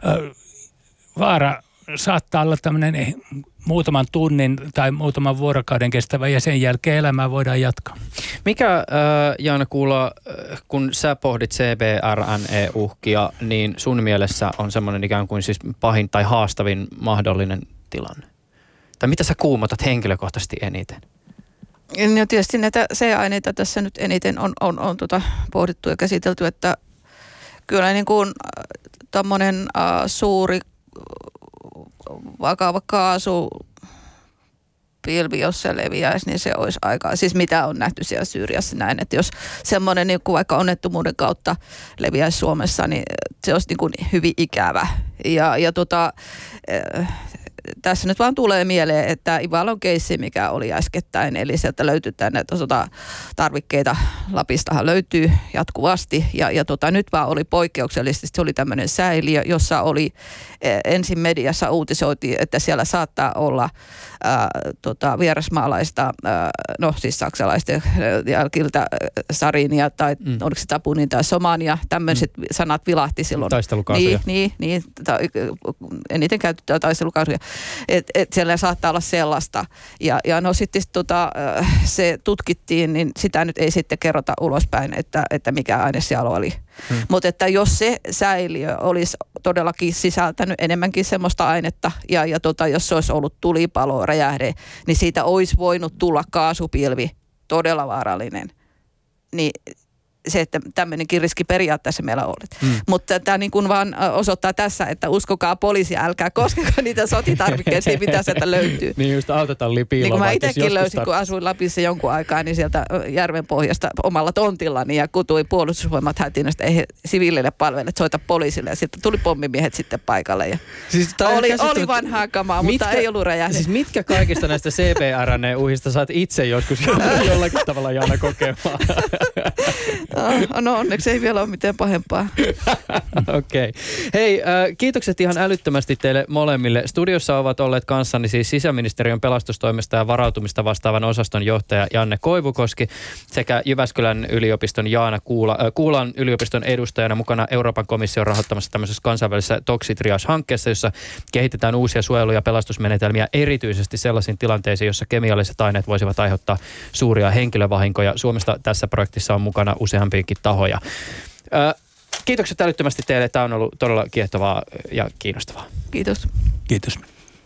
Speaker 4: vaara saattaa olla tämmöinen muutaman tunnin tai muutaman vuorokauden kestävä ja sen jälkeen elämää voidaan jatkaa.
Speaker 3: Mikä, Jaana Kuula, kun sä pohdit CBRNE-uhkia, niin sun mielessä on semmoinen ikään kuin siis pahin tai haastavin mahdollinen tilanne? Tai mitä sä kuumotat henkilökohtaisesti eniten?
Speaker 5: No tietysti näitä C-aineita tässä nyt eniten on pohdittu ja käsitelty, että kyllä niin kuin tommonen suuri vakava kaasupilvi, jos se leviäisi, niin se olisi aika, siis mitä on nähty siellä Syyriassa näin, että jos semmoinen niin kuin vaikka onnettomuuden kautta leviäisi Suomessa, niin se olisi niin kuin hyvin ikävä. Tässä nyt vaan tulee mieleen, että Ivalon keissi, mikä oli äskettäin, eli sieltä löytyy näitä tarvikkeita, Lapistahan löytyy jatkuvasti, ja nyt vaan oli poikkeuksellisesti, se oli tämmöinen säiliö, jossa oli ensin mediassa uutisoitiin, että siellä saattaa olla vierasmaalaista, siis saksalaisten jälkiltä sarinia tai oliko se tapunin tai somania, tämmöiset sanat vilahti silloin.
Speaker 3: Taistelukaasuja.
Speaker 5: Niin, eniten käytettyä taistelukaasuja. Et siellä saattaa olla sellaista. Ja no sitten se tutkittiin, niin sitä nyt ei sitten kerrota ulospäin, että mikä aine siellä oli. Mutta että jos se säiliö olisi todellakin sisältänyt enemmänkin semmoista ainetta ja jos se olisi ollut tulipalo, räjähde, niin siitä olisi voinut tulla kaasupilvi, todella vaarallinen. Niin se, että tämmöinenkin riski periaatteessa meillä on. Mutta tämä niin kuin vaan osoittaa tässä, että uskokaa poliisia, älkää koskeko niitä sotitarvikkeisiin, mitä sieltä löytyy.
Speaker 3: Niin just autetaan piiloon.
Speaker 5: Niin kuin mä itsekin löysin, kun asuin Lapissa jonkun aikaa, niin sieltä järven pohjasta omalla tontillani ja kutui puolustusvoimat hätinöstä, ei he siviilille palvelle, soita poliisille ja sitten tuli pommimiehet sitten paikalle. Ja siis oli vanhaa kamaa, mutta ei ollut räjähde.
Speaker 3: Siis mitkä kaikista näistä CBRNE-uhista saat itse joskus jollakin tavalla, Jaana, kokemaan?
Speaker 5: No onneksi ei vielä ole mitään pahempaa.
Speaker 3: Okei. Hei, kiitokset ihan älyttömästi teille molemmille. Studiossa ovat olleet kanssani siis sisäministeriön pelastustoimesta ja varautumista vastaavan osaston johtaja Janne Koivukoski sekä Jyväskylän yliopiston Jaana Kuulan yliopiston edustajana mukana Euroopan komission rahoittamassa tämmöisessä kansainvälisessä Toxitriage-hankkeessa, jossa kehitetään uusia suojelu- ja pelastusmenetelmiä erityisesti sellaisiin tilanteisiin, jossa kemialliset aineet voisivat aiheuttaa suuria henkilövahinkoja. Suomesta tässä projektissa on mukana useampiakin tahoja. Kiitokset älyttömästi teille. Tämä on ollut todella kiehtovaa ja kiinnostavaa.
Speaker 5: Kiitos.
Speaker 4: Kiitos.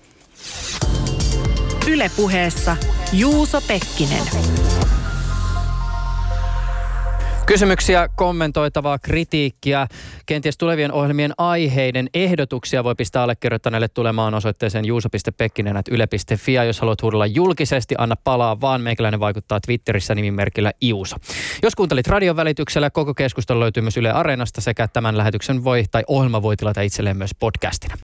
Speaker 1: Yle Puheessa Juuso Pekkinen.
Speaker 3: Kysymyksiä, kommentoitavaa, kritiikkiä, kenties tulevien ohjelmien aiheiden ehdotuksia voi pistää allekirjoittaneelle tulemaan osoitteeseen juuso.pekkinen@yle.fi. Ja jos haluat huudella julkisesti, anna palaa vaan. Meikäläinen vaikuttaa Twitterissä nimimerkillä Iuso. Jos kuuntelit radion välityksellä, koko keskustelu löytyy myös Yle Areenasta sekä tämän lähetyksen ohjelma voi tilata itselleen myös podcastina.